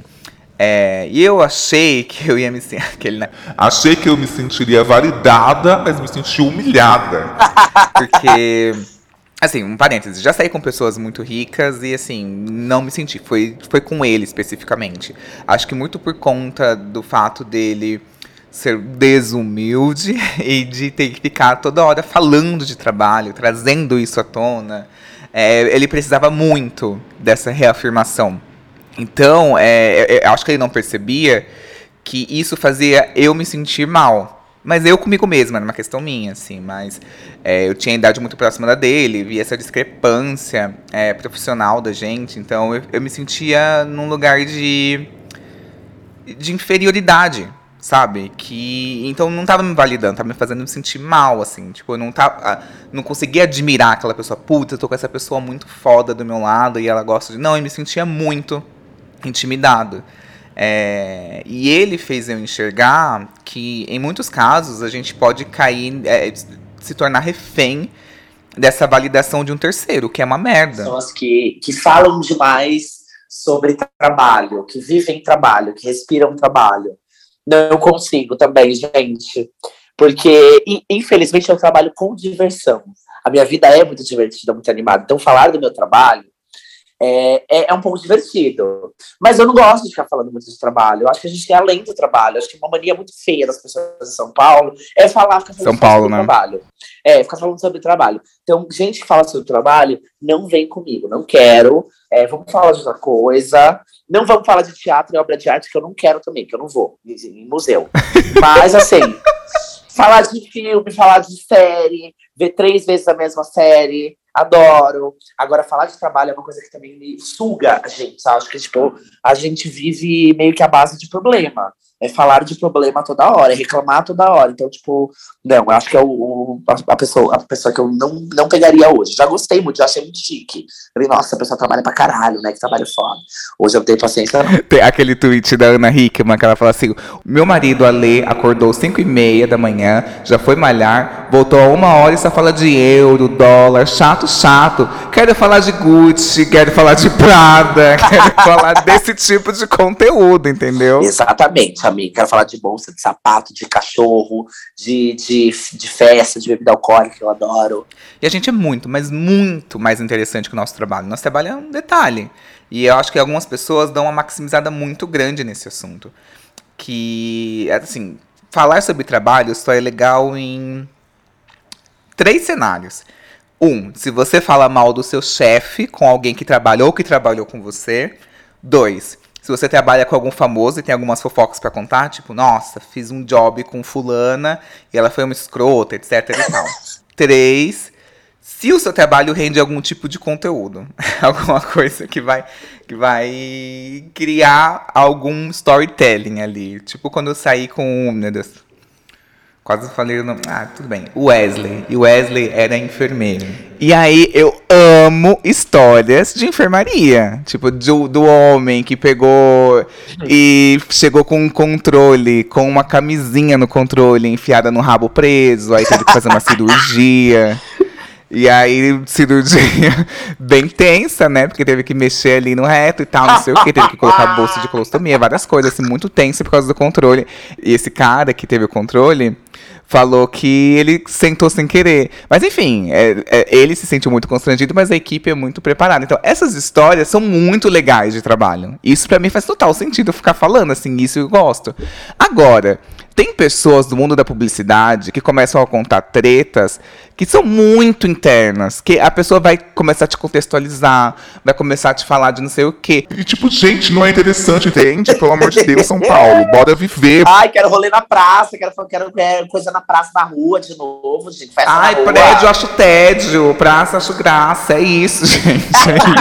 É, e eu achei que eu ia me sentir aquele, né? Achei que eu me sentiria validada, mas me senti humilhada. Porque, assim, um parênteses, já saí com pessoas muito ricas e, assim, não me senti. Foi, foi com ele especificamente. Acho que muito por conta do fato dele ser desumilde e de ter que ficar toda hora falando de trabalho, trazendo isso à tona. É, ele precisava muito dessa reafirmação. Então, é, eu acho que ele não percebia que isso fazia eu me sentir mal. Mas eu comigo mesma, era uma questão minha, assim. Mas é, eu tinha idade muito próxima da dele, via essa discrepância é, profissional da gente. Então, eu, eu me sentia num lugar de, de inferioridade, sabe? Que então não tava me validando, tava me fazendo me sentir mal, assim. Tipo, eu não tava, não conseguia admirar aquela pessoa. Puta, eu tô com essa pessoa muito foda do meu lado e ela gosta de... Não, eu me sentia muito intimidado. É, e ele fez eu enxergar que, em muitos casos, a gente pode cair, é, se tornar refém dessa validação de um terceiro, que é uma merda. Pessoas que, que falam demais sobre trabalho, que vivem trabalho, que respiram trabalho. Não consigo também, gente. Porque, infelizmente, eu trabalho com diversão. A minha vida é muito divertida, muito animada. Então, falar do meu trabalho É, é, é um pouco divertido. Mas eu não gosto de ficar falando muito de trabalho. Eu acho que a gente é além do trabalho. Eu acho que uma mania muito feia das pessoas de São Paulo é falar, ficar falando São Paulo, sobre né? trabalho. É, ficar falando sobre trabalho. Então, gente que fala sobre trabalho, não vem comigo. Não quero. É, vamos falar de outra coisa. Não vamos falar de teatro e obra de arte, que eu não quero também, que eu não vou em, em museu. Mas, assim, falar de filme, falar de série, ver três vezes a mesma série, adoro. Agora, falar de trabalho é uma coisa que também me suga a gente, sabe? Acho que, tipo, a gente vive meio que à base de problema. É falar de problema toda hora, é reclamar toda hora. Então, tipo, não, eu acho que é o, o, a, pessoa, a pessoa que eu não, não pegaria hoje. Já gostei muito, já achei muito chique. Falei, nossa, a pessoa trabalha pra caralho, né? Que trabalho foda. Hoje eu não tenho paciência, não. Tem aquele tweet da Ana Hickman que ela fala assim: meu marido, Ale, acordou cinco e meia da manhã, já foi malhar, voltou a uma hora e só fala de euro, dólar, chato, chato. Quero falar de Gucci, quero falar de Prada, quero falar desse tipo de conteúdo, entendeu? Exatamente, amiga. Quero falar de bolsa, de sapato, de cachorro, de, de, de festa, de bebida alcoólica, que eu adoro. E a gente é muito, mas muito mais interessante que o nosso trabalho. Nosso trabalho é um detalhe. E eu acho que algumas pessoas dão uma maximizada muito grande nesse assunto. Que, assim, falar sobre trabalho só é legal em três cenários. Um, se você fala mal do seu chefe com alguém que trabalhou ou que trabalhou com você. Dois, se você trabalha com algum famoso e tem algumas fofocas pra contar, tipo, nossa, fiz um job com fulana e ela foi uma escrota, etc e tal. Três, se o seu trabalho rende algum tipo de conteúdo. Alguma coisa que vai, que vai criar algum storytelling ali. Tipo quando eu saí com... Meu Deus. Quase falei o nome. Ah, tudo bem. Wesley. E Wesley era enfermeiro. E aí eu amo histórias de enfermaria. Tipo, do, do homem que pegou e chegou com um controle, com uma camisinha no controle enfiada no rabo preso. Aí teve que fazer uma cirurgia. E aí, cirurgia bem tensa, né? Porque teve que mexer ali no reto e tal, não sei o que. Teve que colocar bolsa de colostomia, várias coisas, assim, muito tensa por causa do controle. E esse cara que teve o controle falou que ele sentou sem querer. Mas enfim, é, é, ele se sentiu muito constrangido, mas a equipe é muito preparada. Então, essas histórias são muito legais de trabalho. Isso pra mim faz total sentido eu ficar falando, assim, isso eu gosto. Agora, tem pessoas do mundo da publicidade que começam a contar tretas que são muito internas, que a pessoa vai começar a te contextualizar, vai começar a te falar de não sei o quê. E tipo, gente, não é interessante, entende? Pelo amor de Deus, São Paulo, bora viver. Ai, quero rolê na praça, quero, quero, quero coisa na praça, na rua, de novo, gente. Festa Ai, na rua. prédio eu acho tédio, praça acho graça, é isso, gente.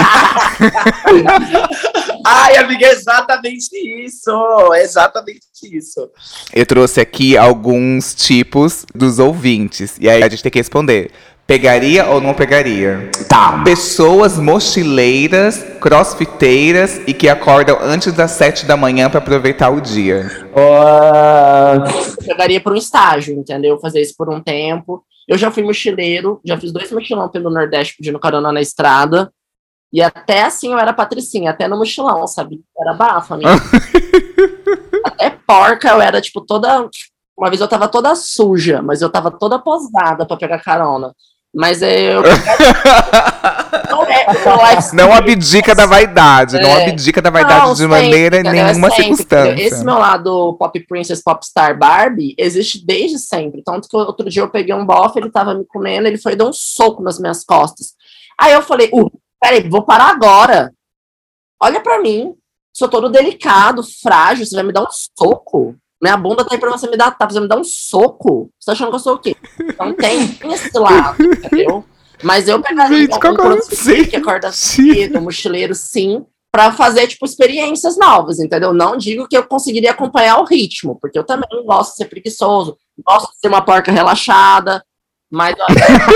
É isso. Ai, amiga, é exatamente isso, é exatamente isso. Eu trouxe aqui alguns tipos dos ouvintes, e aí a gente tem que responder. Pegaria ou não pegaria? Tá. Pessoas mochileiras, crossfiteiras e que acordam antes das sete da manhã pra aproveitar o dia. Uh... Eu pegaria para um estágio, entendeu? Fazer isso por um tempo. Eu já fui mochileiro, já fiz dois mochilão pelo Nordeste pedindo carona na estrada. E até assim eu era patricinha, até no mochilão, sabe? Era bafo, amigo. Até porca eu era, tipo, toda... Uma vez eu tava toda suja, mas eu tava toda posada pra pegar carona. Mas eu... não, é, não abdica da vaidade, é. não abdica da vaidade não, de sempre, maneira entendeu? nenhuma é sempre, circunstância. Entendeu? Esse meu lado pop princess, popstar Barbie, existe desde sempre. Tanto que outro dia eu peguei um bofe, ele tava me comendo, ele foi dar um soco nas minhas costas. Aí eu falei, uh, peraí, vou parar agora. Olha pra mim, sou todo delicado, frágil, você vai me dar um soco? Minha bunda tá aí pra você me dar, tá pra você me dar um soco? Você tá achando que eu sou o quê? Então tem esse lado, entendeu? Mas eu pegaria Gente, um crossfit que acorda cedo, um mochileiro, sim, pra fazer, tipo, experiências novas, entendeu? Não digo que eu conseguiria acompanhar o ritmo, porque eu também gosto de ser preguiçoso, gosto de ser uma porca relaxada, mas eu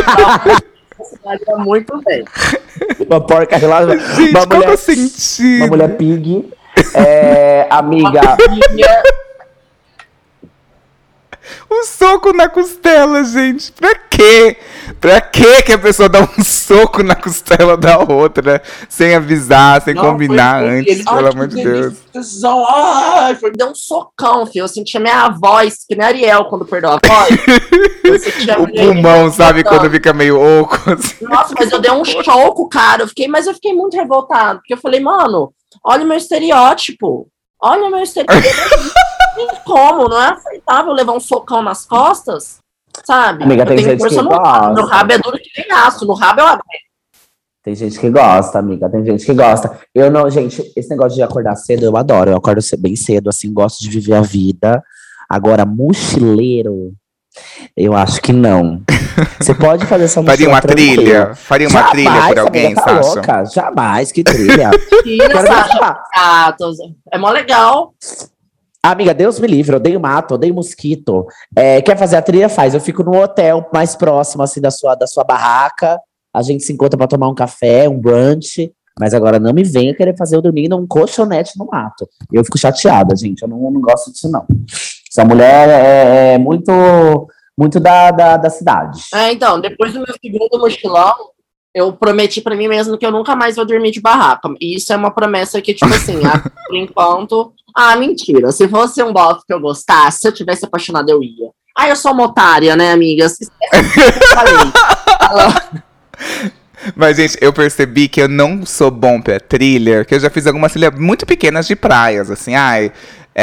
acho que muito bem. Uma porca relaxada. Gente, uma qual mulher, que é o sentido? Uma mulher pig. É, amiga. Um soco na costela, gente. Pra quê? Pra quê que a pessoa dá um soco na costela da outra? Sem avisar, sem Não, combinar foi- foi- antes, ele- pelo Ai, amor que de Deus. decisão. Ai, foi, deu um socão, filho. Eu sentia minha voz, que nem Ariel quando perdeu a voz. Eu sentia O minha- pulmão, sabe, botando. quando fica meio oco, assim. Nossa, mas eu dei um choco, cara. Eu fiquei, mas eu fiquei muito revoltado. Porque eu falei, mano, olha o meu estereótipo. Olha o meu estereótipo. Não tem como, não é aceitável levar um socão nas costas, sabe? Amiga, eu tem tenho gente força que no gosta. rabo. No rabo é duro que nem aço. No rabo eu aguento. Tem gente que gosta, amiga. Tem gente que gosta. Eu não, gente, esse negócio de acordar cedo, eu adoro. Eu acordo ce- bem cedo, assim, gosto de viver a vida. Agora, mochileiro, eu acho que não. Você pode fazer essa mochila Faria uma tranquila. trilha? Faria uma Jamais, trilha por alguém, amiga, tá Sasha? louca? Jamais, que trilha. Tira, Quero ver Sasha. falar. Ah, tô- É mó legal. Amiga, Deus me livre, eu odeio mato, odeio mosquito. É, quer fazer a trilha? Faz. Eu fico no hotel mais próximo, assim, da sua, da sua barraca. A gente se encontra pra tomar um café, um brunch. Mas agora não me venha querer fazer eu dormir num colchonete no mato. Eu fico chateada, gente. Eu não, não gosto disso, não. Essa mulher é, é muito, muito da, da, da cidade. É, então, depois do meu segundo mochilão, eu prometi pra mim mesmo que eu nunca mais vou dormir de barraca. E isso é uma promessa que, tipo assim, ah, por enquanto. Ah, mentira. Se fosse um bofe que eu gostasse, se eu tivesse apaixonado, eu ia. Ah, eu sou uma otária, né, amiga? Se eu falei. Ela- Mas, gente, eu percebi que eu não sou bom pra thriller, que eu já fiz algumas trilhas muito pequenas de praias, assim, ai.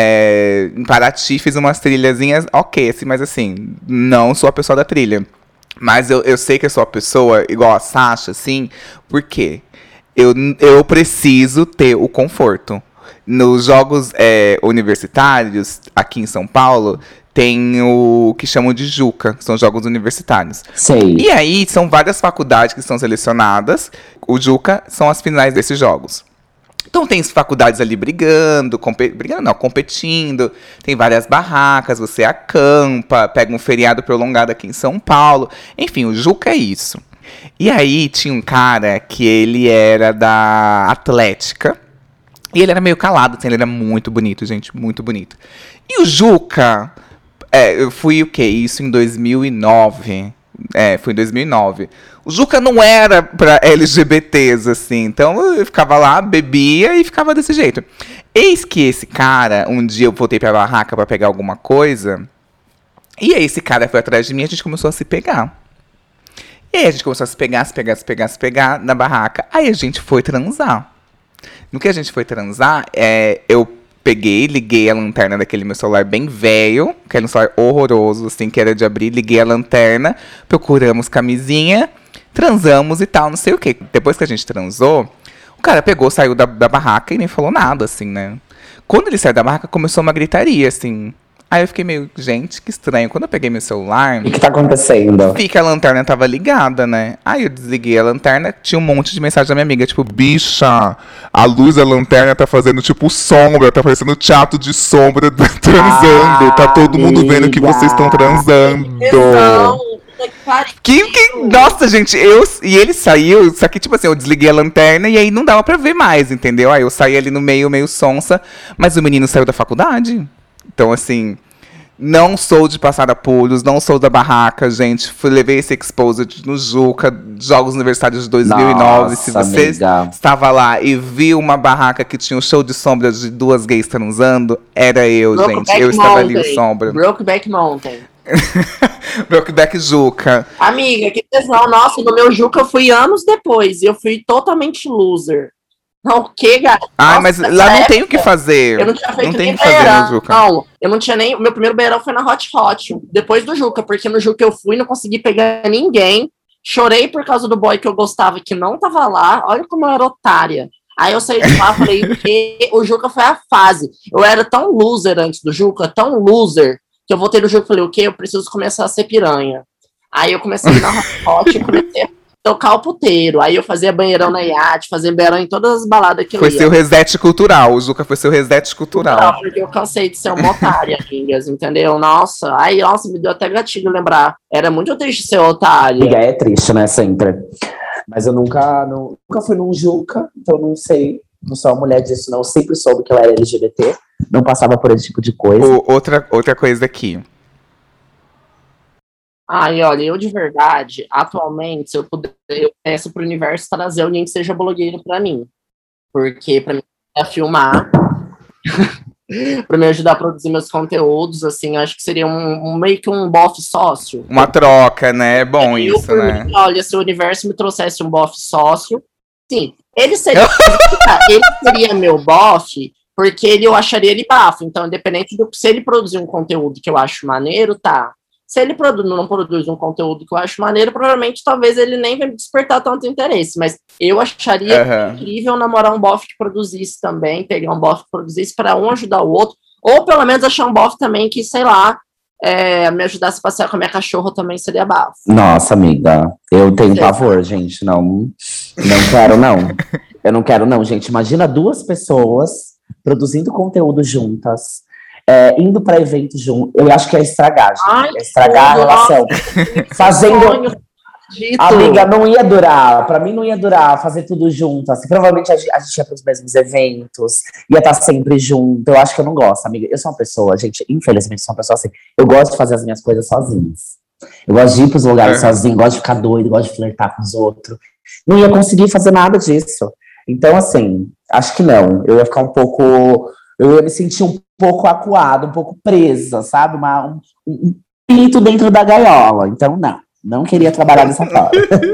É, em Paraty fiz umas trilhazinhas, ok, assim, mas assim, não sou a pessoa da trilha. Mas eu, eu sei que eu sou a pessoa, igual a Sasha, assim, por quê? Eu, eu preciso ter o conforto. Nos jogos é, universitários, aqui em São Paulo, tem o que chamam de Juca, que são jogos universitários. Sei. E aí, são várias faculdades que são selecionadas. O Juca são as finais desses jogos. Então tem faculdades ali brigando, compe- brigando não, competindo, tem várias barracas, você acampa, pega um feriado prolongado aqui em São Paulo. Enfim, o Juca é isso. E aí tinha um cara que ele era da Atlética, e ele era meio calado, assim, ele era muito bonito, gente, muito bonito. E o Juca, é, eu fui o quê? Isso em dois mil e nove. É, foi em dois mil e nove. O Juca não era pra L G B Ts, assim. Então eu ficava lá, bebia e ficava desse jeito. Eis que esse cara, um dia eu voltei pra barraca pra pegar alguma coisa. E aí esse cara foi atrás de mim e a gente começou a se pegar. E aí a gente começou a se pegar, se pegar, se pegar, se pegar na barraca. Aí a gente foi transar. No que a gente foi transar, é, eu peguei, liguei a lanterna daquele meu celular bem velho, que era um celular horroroso, assim, que era de abrir, liguei a lanterna, procuramos camisinha, transamos e tal, não sei o quê. Depois que a gente transou, o cara pegou, saiu da, da barraca e nem falou nada, assim, né? Quando ele saiu da barraca, começou uma gritaria, assim. Aí eu fiquei meio, gente, que estranho. Quando eu peguei meu celular, O que tá acontecendo? vi que a lanterna tava ligada, né? Aí eu desliguei a lanterna, tinha um monte de mensagem da minha amiga, tipo, Bicha, a luz da lanterna tá fazendo tipo sombra, tá parecendo teatro de sombra transando. Tá todo mundo vendo que vocês estão transando. Tesão, puta que pariu. Que, que, nossa, gente, eu e ele saiu, só que, tipo assim, eu desliguei a lanterna e aí não dava pra ver mais, entendeu? Aí eu saí ali no meio, meio sonsa, mas o menino saiu da faculdade. Então, assim, não sou de passar apuros, não sou da barraca, gente. Fui, levei esse Exposed no Juca, Jogos Universitários de dois mil e nove. Se Nossa, você amiga. estava lá e viu uma barraca que tinha um show de sombras de duas gays transando, era eu, gente. Brokeback Eu estava ali, o Mountain. sombra. Brokeback Mountain. Brokeback Juca. Amiga, que tesão. Nossa, no meu Juca eu fui anos depois. E eu fui totalmente loser. Não, o que, gato? Ai, Nossa, mas nessa lá não tem o época, que fazer. Eu não tinha feito não tem nem o que fazer beirão. no Juca. Não, eu não tinha nem. O meu primeiro beirão foi na Hot Hot, depois do Juca, porque no Juca eu fui, não consegui pegar ninguém. Chorei por causa do boy que eu gostava, que não tava lá. Olha como eu era otária. Aí eu saí de lá e falei, que o Juca foi a fase. Eu era tão loser antes do Juca, tão loser, que eu voltei no Juca e falei, o quê? Eu preciso começar a ser piranha. Aí eu comecei a ir na Hot Hot e comecei a tocar o puteiro. Aí eu fazia banheirão na iate, fazia beirão em todas as baladas que Foi eu ia. seu reset cultural. O Juca foi seu reset cultural. Não, porque eu cansei de ser uma otária, amigas, entendeu? Nossa, aí, nossa, me deu até gatilho lembrar. Era muito triste ser otária. Amiga, é triste, né? Sempre. Mas eu nunca, não- nunca fui num Juca, então não sei. Não sou uma mulher disso, não. Eu sempre soube que eu era L G B T. Não passava por esse tipo de coisa. O- outra, outra coisa aqui. Ai, olha, eu de verdade, atualmente, se eu puder, eu peço pro universo trazer alguém que seja blogueiro pra mim. Porque pra mim é filmar, pra me ajudar a produzir meus conteúdos, assim, eu acho que seria um, um meio que um bofe sócio. Uma troca, né? É bom eu, isso, por né? mim, olha, se o universo me trouxesse um bofe sócio, sim, ele seria, ele seria meu bofe, porque ele, eu acharia ele bafo. Então, independente do se ele produzir um conteúdo que eu acho maneiro, tá. Se ele produ não produz um conteúdo que eu acho maneiro, provavelmente talvez ele nem vai me despertar tanto interesse. Mas eu acharia Uhum. incrível namorar um bofe que produzisse também, pegar um bofe que produzisse para um ajudar o outro, ou pelo menos achar um bofe também que, sei lá, é, me ajudasse a passear com a minha cachorra também seria bafo. Nossa, amiga, eu tenho Sim. pavor, gente. Não, não quero, não. Eu não quero, não, gente. Imagina duas pessoas produzindo conteúdo juntas, é, indo para eventos juntos. Eu acho que é estragar, gente. Ai, É estragar a tudo, relação. Fazendo. Sonho, dito. Amiga, não ia durar. Pra mim, não ia durar fazer tudo junto. Assim, provavelmente a gente, a gente ia pros mesmos eventos, ia estar sempre junto. Eu acho que eu não gosto, amiga. Eu sou uma pessoa, gente, infelizmente, sou uma pessoa assim. Eu gosto de fazer as minhas coisas sozinhas. Eu gosto de ir pros lugares Uhum. sozinho, gosto de ficar doido, gosto de flertar com os outros. Não ia conseguir fazer nada disso. Então, assim, acho que não. Eu ia ficar um pouco. Eu ia me sentir um pouco acuada, um pouco presa, sabe? Uma, um, um pinto dentro da gaiola. Então, não. Não queria trabalhar dessa forma.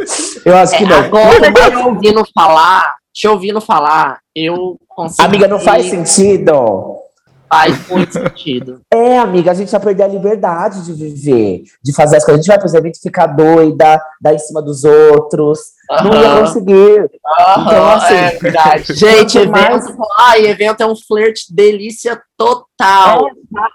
Eu acho que É, não. agora, te ouvindo falar, te ouvindo falar, eu consigo. Amiga, não faz sentido. Faz muito sentido. É, amiga, a gente vai perder a liberdade de viver, de fazer as coisas. A gente vai para os eventos ficar doida, dar em cima dos outros. Não ia Aham. conseguir. Então, Aham, assim, é verdade. Gente, quanto mais- evento, ai, evento é um flerte delícia total.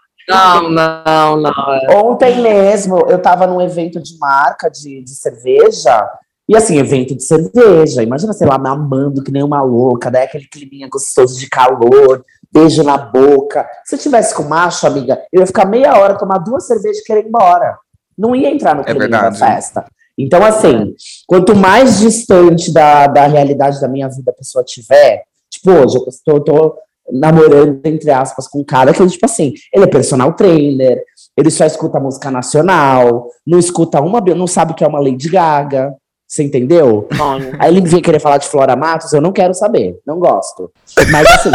Não, não, não. é. Ontem mesmo, eu tava num evento de marca de, de cerveja. E assim, evento de cerveja. Imagina, sei lá, me amando que nem uma louca. Daí aquele climinha gostoso de calor, beijo na boca. Se eu tivesse com macho, amiga, eu ia ficar meia hora, tomar duas cervejas e querer ir embora. Não ia entrar no clima da verdade. festa. Então, assim, quanto mais distante da, da realidade da minha vida a pessoa tiver, tipo, hoje eu tô, tô namorando, entre aspas, com um cara que, tipo assim, ele é personal trainer, ele só escuta música nacional, não escuta uma, não sabe o que é uma Lady Gaga, você entendeu? Sonho. Aí ele vem querer falar de Flora Matos, eu não quero saber, não gosto. Mas assim,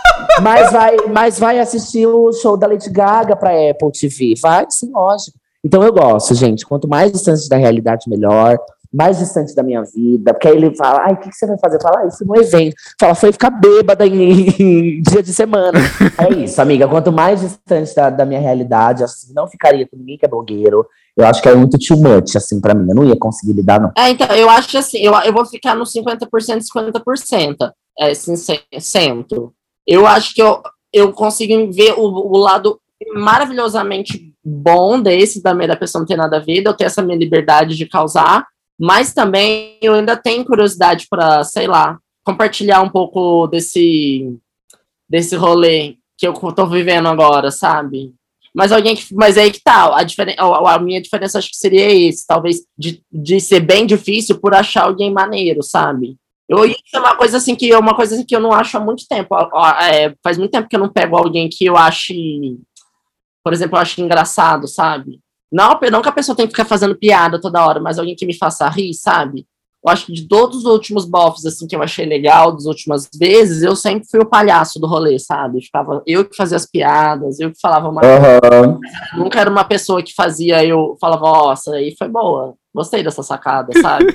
mas vai, mas vai assistir o show da Lady Gaga pra Apple T V, vai, sim, lógico. Então eu gosto, gente, quanto mais distante da realidade, melhor. Mais distante da minha vida, porque aí ele fala, ai, o que, que você vai fazer? Fala, ah, isso no evento. Fala, foi ficar bêbada em, em dia de semana. É isso, amiga, quanto mais distante da, da minha realidade, acho que não ficaria com ninguém que é blogueiro. Eu acho que é muito too much, assim, pra mim. Eu não ia conseguir lidar, não. É, então, eu acho assim, eu, eu vou ficar no cinquenta por cento, cinquenta por cento. É, assim, centro. Eu acho que eu, eu consigo ver o, o lado maravilhosamente bom desse, também da pessoa não ter nada a ver, eu ter essa minha liberdade de causar, mas também eu ainda tenho curiosidade para, sei lá, compartilhar um pouco desse, desse rolê que eu tô vivendo agora, sabe? Mas alguém que, mas aí que tá, a, diferen, a, a minha diferença acho que seria esse, talvez de, de ser bem difícil por achar alguém maneiro, sabe? Eu, isso é uma coisa assim que é uma coisa assim, que eu não acho há muito tempo. É, faz muito tempo que eu não pego alguém que eu ache, por exemplo, eu acho engraçado, sabe? Não, não que a pessoa tem que ficar fazendo piada toda hora, mas alguém que me faça rir, sabe? Eu acho que de todos os últimos bofs, assim, que eu achei legal, das últimas vezes, eu sempre fui o palhaço do rolê, sabe? Ficava, eu que fazia as piadas, eu que falava uma... Uhum. Nunca era uma pessoa que fazia, eu falava, nossa, aí foi boa, gostei dessa sacada, sabe?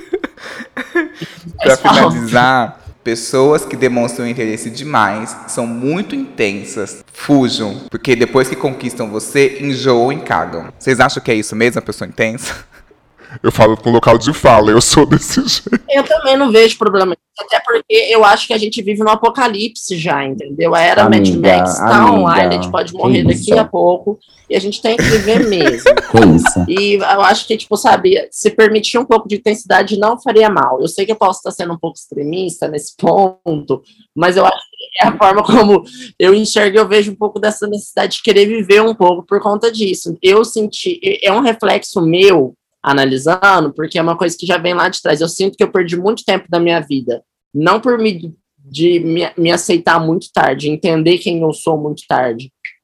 Pra finalizar, pessoas que demonstram interesse demais são muito intensas. Fujam, porque depois que conquistam você, enjoam e cagam. Vocês acham que é isso mesmo, a pessoa intensa? Eu falo com local de fala, eu sou desse jeito. Eu também não vejo problema nisso, até porque eu acho que a gente vive no apocalipse já, entendeu? A era Mad Amiga, Max tá amiga, online, a gente pode que morrer daqui isso? a pouco, e a gente tem que viver mesmo. Que isso? E eu acho que, tipo, sabe, se permitir um pouco de intensidade não faria mal. Eu sei que eu posso estar sendo um pouco extremista nesse ponto, mas eu acho que é a forma como eu enxergo, eu vejo um pouco dessa necessidade de querer viver um pouco por conta disso. Eu senti, é um reflexo meu, analisando, porque é uma coisa que já vem lá de trás. Eu sinto que eu perdi muito tempo da minha vida, não por me, de me, me aceitar muito tarde, entender quem eu sou muito tarde,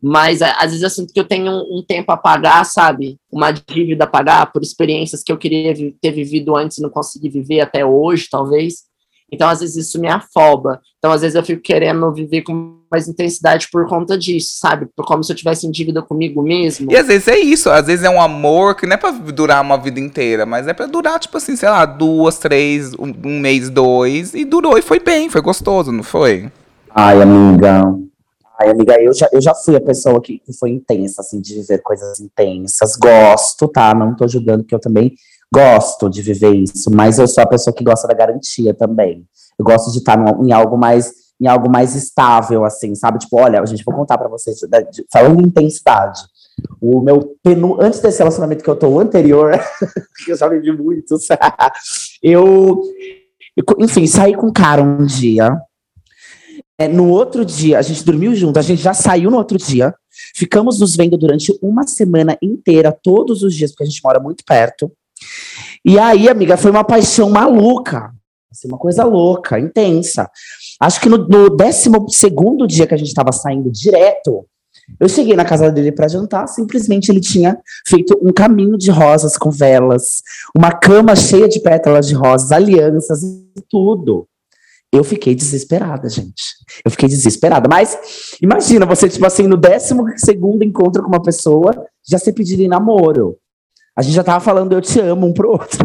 Mas a- às vezes eu sinto que eu tenho um, um tempo a pagar, sabe? Uma dívida a pagar por experiências que eu queria vi- ter vivido antes e não consegui viver até hoje, talvez. Então, às vezes, isso me afoba. Então, às vezes, eu fico querendo viver com mais intensidade por conta disso, sabe? Por como se eu tivesse em dívida comigo mesmo. E às vezes é isso, às vezes é um amor que não é pra durar uma vida inteira, mas é pra durar, tipo assim, sei lá, duas, três, um, um mês, dois, e durou e foi bem, foi gostoso, não foi? Ai, amiga. Ai, amiga, eu já, eu já fui a pessoa que, que foi intensa, assim, de viver coisas intensas. Gosto, tá? Não tô julgando, que eu também gosto de viver isso, mas eu sou a pessoa que gosta da garantia também. Eu gosto de estar num- em algo mais, em algo mais estável, assim, sabe? Tipo, olha, gente, vou contar pra vocês, né, de- falando em intensidade. O meu penu, antes desse relacionamento que eu tô, o anterior, que eu já vivi muitos, eu, eu, enfim, saí com um cara um dia. É, no outro dia, a gente dormiu junto, a gente já saiu no outro dia. Ficamos nos vendo durante uma semana inteira, todos os dias, porque a gente mora muito perto. E aí, amiga, foi uma paixão maluca. Assim, uma coisa louca, intensa. Acho que no, no décimo segundo dia que a gente tava saindo direto, eu cheguei na casa dele pra jantar, simplesmente ele tinha feito um caminho de rosas com velas, uma cama cheia de pétalas de rosas, alianças e tudo. Eu fiquei desesperada, gente. Eu fiquei desesperada. Mas imagina, você, tipo assim, no décimo segundo encontro com uma pessoa, já ser pedido em namoro. A gente já tava falando eu te amo um pro outro.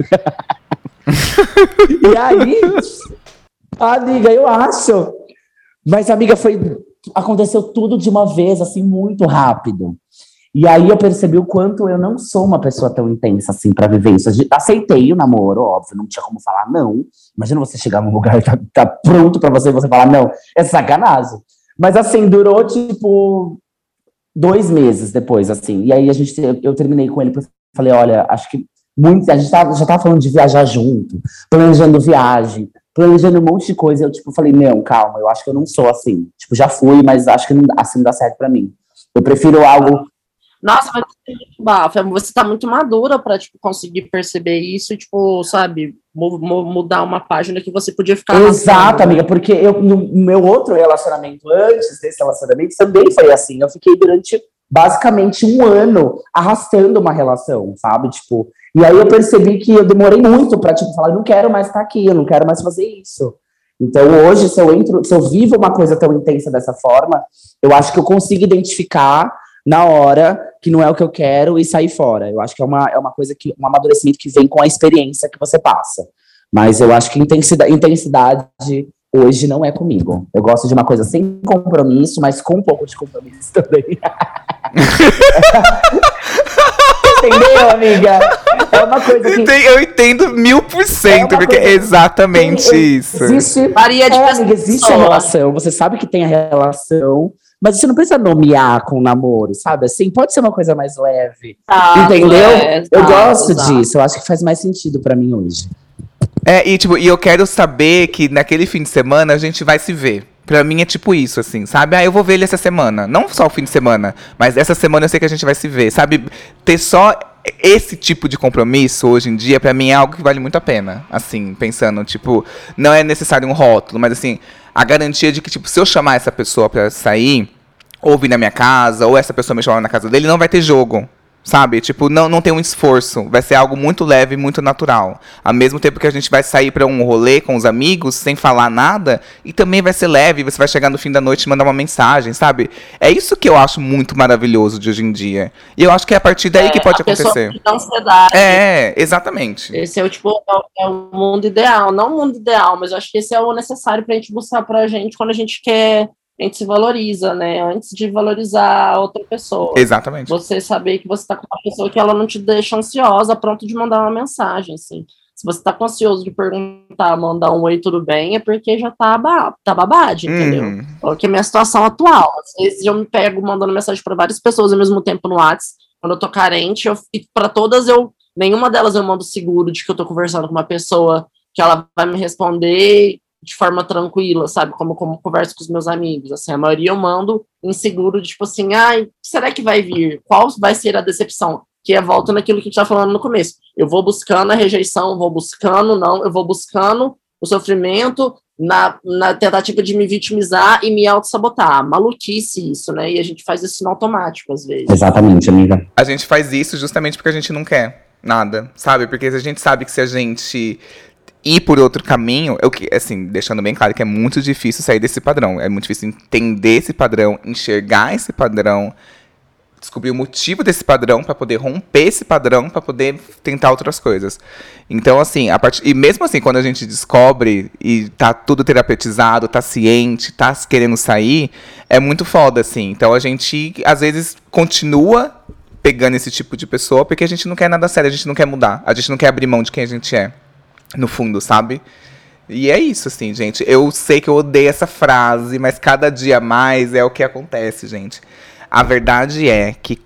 E aí, amiga, eu acho. Mas, amiga, foi. Aconteceu tudo de uma vez, assim, muito rápido. E aí eu percebi o quanto eu não sou uma pessoa tão intensa assim pra viver isso. Aceitei o namoro, óbvio, não tinha como falar não. Imagina você chegar num lugar e tá, tá pronto pra você e você falar não. É sacanagem. Mas assim, durou tipo dois meses depois, assim. E aí a gente, eu terminei com ele, porque eu falei, olha, acho que muito, a gente tava, já tava falando de viajar junto, planejando viagem, planejando um monte de coisa. Eu tipo falei, não, calma, eu acho que eu não sou assim. Tipo, já fui, mas acho que não, assim não dá certo pra mim. Eu prefiro algo. Nossa, mas Bafa, você tá muito madura pra, tipo, conseguir perceber isso e, tipo, sabe, mu- mu- mudar uma página que você podia ficar Exato, arrastando, né? amiga, porque eu, no meu outro relacionamento, antes desse relacionamento, também foi assim. Eu fiquei durante basicamente um ano arrastando uma relação, sabe? Tipo, e aí eu percebi que eu demorei muito pra, tipo, falar, eu não quero mais estar aqui, eu não quero mais fazer isso. Então hoje, se eu entro, se eu vivo uma coisa tão intensa dessa forma, eu acho que eu consigo identificar na hora que não é o que eu quero e sair fora. Eu acho que é uma, é uma coisa que, um amadurecimento que vem com a experiência que você passa. Mas eu acho que intensidade, intensidade hoje não é comigo. Eu gosto de uma coisa sem compromisso, mas com um pouco de compromisso também. Entendeu, amiga? É uma coisa que... Enten- Eu entendo mil por cento, É uma porque é coisa- exatamente Tem- isso. Existe, Varia de é, pessoa. amiga, existe a relação. Você sabe que tem a relação, mas você não precisa nomear com o namoro, sabe? Assim, pode ser uma coisa mais leve. Exato, Entendeu? é, Eu exato, gosto exato. disso. Eu acho que faz mais sentido pra mim hoje. É, e tipo, e eu quero saber que naquele fim de semana a gente vai se ver. Pra mim é tipo isso, assim, sabe? Ah, eu vou ver ele essa semana. Não só o fim de semana, mas essa semana eu sei que a gente vai se ver, sabe? Ter só esse tipo de compromisso hoje em dia, pra mim é algo que vale muito a pena. Assim, pensando, tipo, não é necessário um rótulo, mas assim, a garantia de que, tipo, se eu chamar essa pessoa pra sair, ou vir na minha casa, ou essa pessoa me chamar na casa dele, não vai ter jogo. Sabe? Tipo, não, não tem um esforço. Vai ser algo muito leve e muito natural. Ao mesmo tempo que a gente vai sair pra um rolê com os amigos, sem falar nada, e também vai ser leve, você vai chegar no fim da noite e mandar uma mensagem, sabe? É isso que eu acho muito maravilhoso de hoje em dia. E eu acho que é a partir daí que pode a pessoa acontecer. que tem ansiedade. É, exatamente. Esse é o tipo, é o- é o mundo ideal. Não o mundo ideal, mas eu acho que esse é o necessário pra gente buscar pra gente quando a gente quer, a gente se valoriza, né? Antes de valorizar a outra pessoa. Exatamente. Você saber que você tá com uma pessoa que ela não te deixa ansiosa, a ponto de mandar uma mensagem, assim. Se você tá com ansioso de perguntar, mandar um oi, tudo bem, é porque já tá, ba tá babade, entendeu? Uhum. Porque é a minha situação atual. Às vezes eu me pego mandando mensagem pra várias pessoas ao mesmo tempo no WhatsApp. Quando eu tô carente, eu, e pra todas eu, nenhuma delas eu mando seguro de que eu tô conversando com uma pessoa que ela vai me responder de forma tranquila, sabe? Como, como converso com os meus amigos. Assim, a maioria eu mando inseguro, de tipo assim, ai, será que vai vir? Qual vai ser a decepção? Que é volta naquilo que a gente tá falando no começo. Eu vou buscando a rejeição, vou buscando, não, eu vou buscando o sofrimento na, na tentativa de me vitimizar e me auto-sabotar. Maluquice isso, né? E a gente faz isso no automático, às vezes. Exatamente, amiga. A gente faz isso justamente porque a gente não quer nada, sabe? Porque a gente sabe que se a gente ir por outro caminho, é o que, assim, deixando bem claro que é muito difícil sair desse padrão. É muito difícil entender esse padrão, enxergar esse padrão, descobrir o motivo desse padrão para poder romper esse padrão, para poder tentar outras coisas. Então, assim, a part... e mesmo assim, quando a gente descobre e tá tudo terapeutizado, tá ciente, tá querendo sair, é muito foda, assim. Então, a gente, às vezes, continua pegando esse tipo de pessoa porque a gente não quer nada sério, a gente não quer mudar, a gente não quer abrir mão de quem a gente é, no fundo, sabe? E é isso, assim, gente. Eu sei que eu odeio essa frase, mas cada dia mais é o que acontece, gente. A verdade é que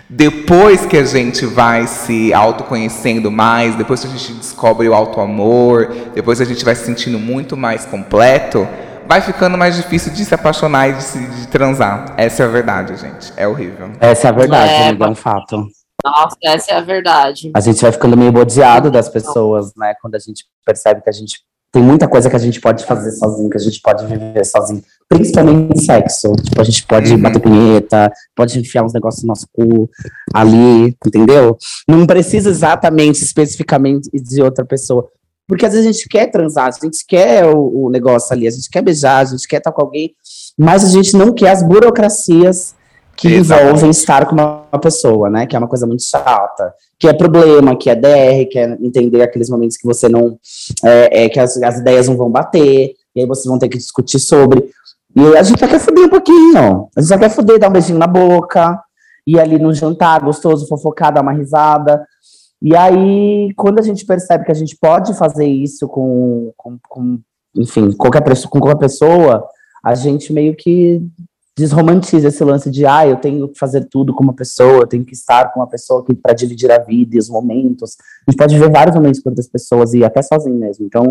depois que a gente vai se autoconhecendo mais, depois que a gente descobre o auto-amor, depois que a gente vai se sentindo muito mais completo, vai ficando mais difícil de se apaixonar e de, se, de transar. Essa é a verdade, gente. É horrível. Essa é a verdade, É, amiga, é um fato. Nossa, essa é a verdade. A gente vai ficando meio bodeado das pessoas, né? Quando a gente percebe que a gente tem muita coisa que a gente pode fazer sozinho, que a gente pode viver sozinho. Principalmente sexo. Tipo, a gente pode Uhum. bater punheta, pode enfiar uns negócios no nosso cu ali, entendeu? Não precisa exatamente, especificamente de outra pessoa. Porque às vezes a gente quer transar, a gente quer o, o negócio ali, a gente quer beijar, a gente quer estar com alguém, mas a gente não quer as burocracias que Exatamente. envolvem estar com uma pessoa, né? Que é uma coisa muito chata. Que é problema, que é D R, que é entender aqueles momentos que você não... É, é, que as, as ideias não vão bater, e aí vocês vão ter que discutir sobre. E a gente só quer foder um pouquinho. A gente só quer foder, dar um beijinho na boca, ir ali num jantar gostoso, fofocar, dar uma risada. E aí, quando a gente percebe que a gente pode fazer isso com, com, com enfim, qualquer pessoa, com qualquer pessoa, a gente meio que desromantiza esse lance de, ah, eu tenho que fazer tudo com uma pessoa, eu tenho que estar com uma pessoa para dividir a vida e os momentos. A gente pode viver vários momentos com outras pessoas e até sozinho mesmo. Então,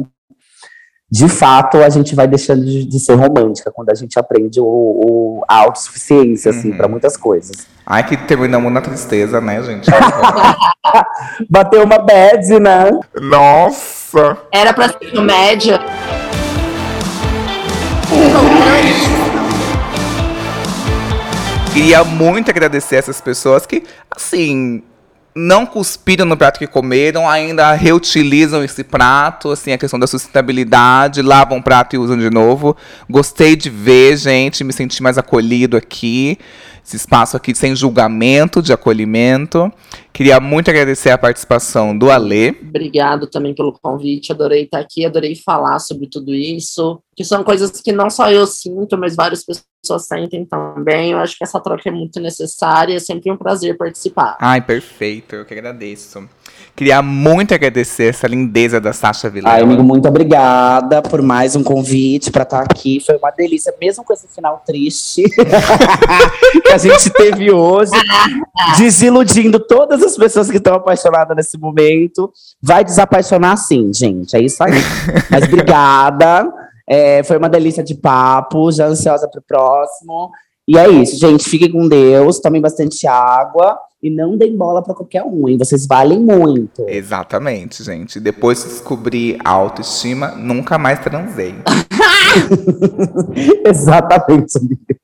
de fato, a gente vai deixando de, de ser romântica quando a gente aprende o, o, a autossuficiência, assim, Uhum. para muitas coisas. Ai, que terminamos na tristeza, né, gente? Bateu uma bad, né? Nossa! Era pra ser comédia. Queria muito agradecer essas pessoas que, assim, não cuspiram no prato que comeram, ainda reutilizam esse prato, assim, a questão da sustentabilidade, lavam o prato e usam de novo. Gostei de ver, gente, me senti mais acolhido aqui. Esse espaço aqui sem julgamento, de acolhimento. Queria muito agradecer a participação do Alê. Obrigado também pelo convite, adorei estar aqui, adorei falar sobre tudo isso, que são coisas que não só eu sinto, mas várias pessoas sentem também. Eu acho que essa troca é muito necessária, é sempre um prazer participar. Ai, perfeito, eu que agradeço. Queria muito agradecer essa lindeza da Sasha Vilela. Ai, amigo, muito obrigada por mais um convite para estar aqui. Foi uma delícia, mesmo com esse final triste que a gente teve hoje, desiludindo todas as pessoas que estão apaixonadas nesse momento. Vai desapaixonar sim, gente. É isso aí. Mas obrigada. É, foi uma delícia de papo, já ansiosa pro próximo. E é isso, gente. Fiquem com Deus, tomem bastante água e não deem bola pra qualquer um, hein? Vocês valem muito. Exatamente, gente. Depois que descobri a autoestima, nunca mais transei. Exatamente, amiga.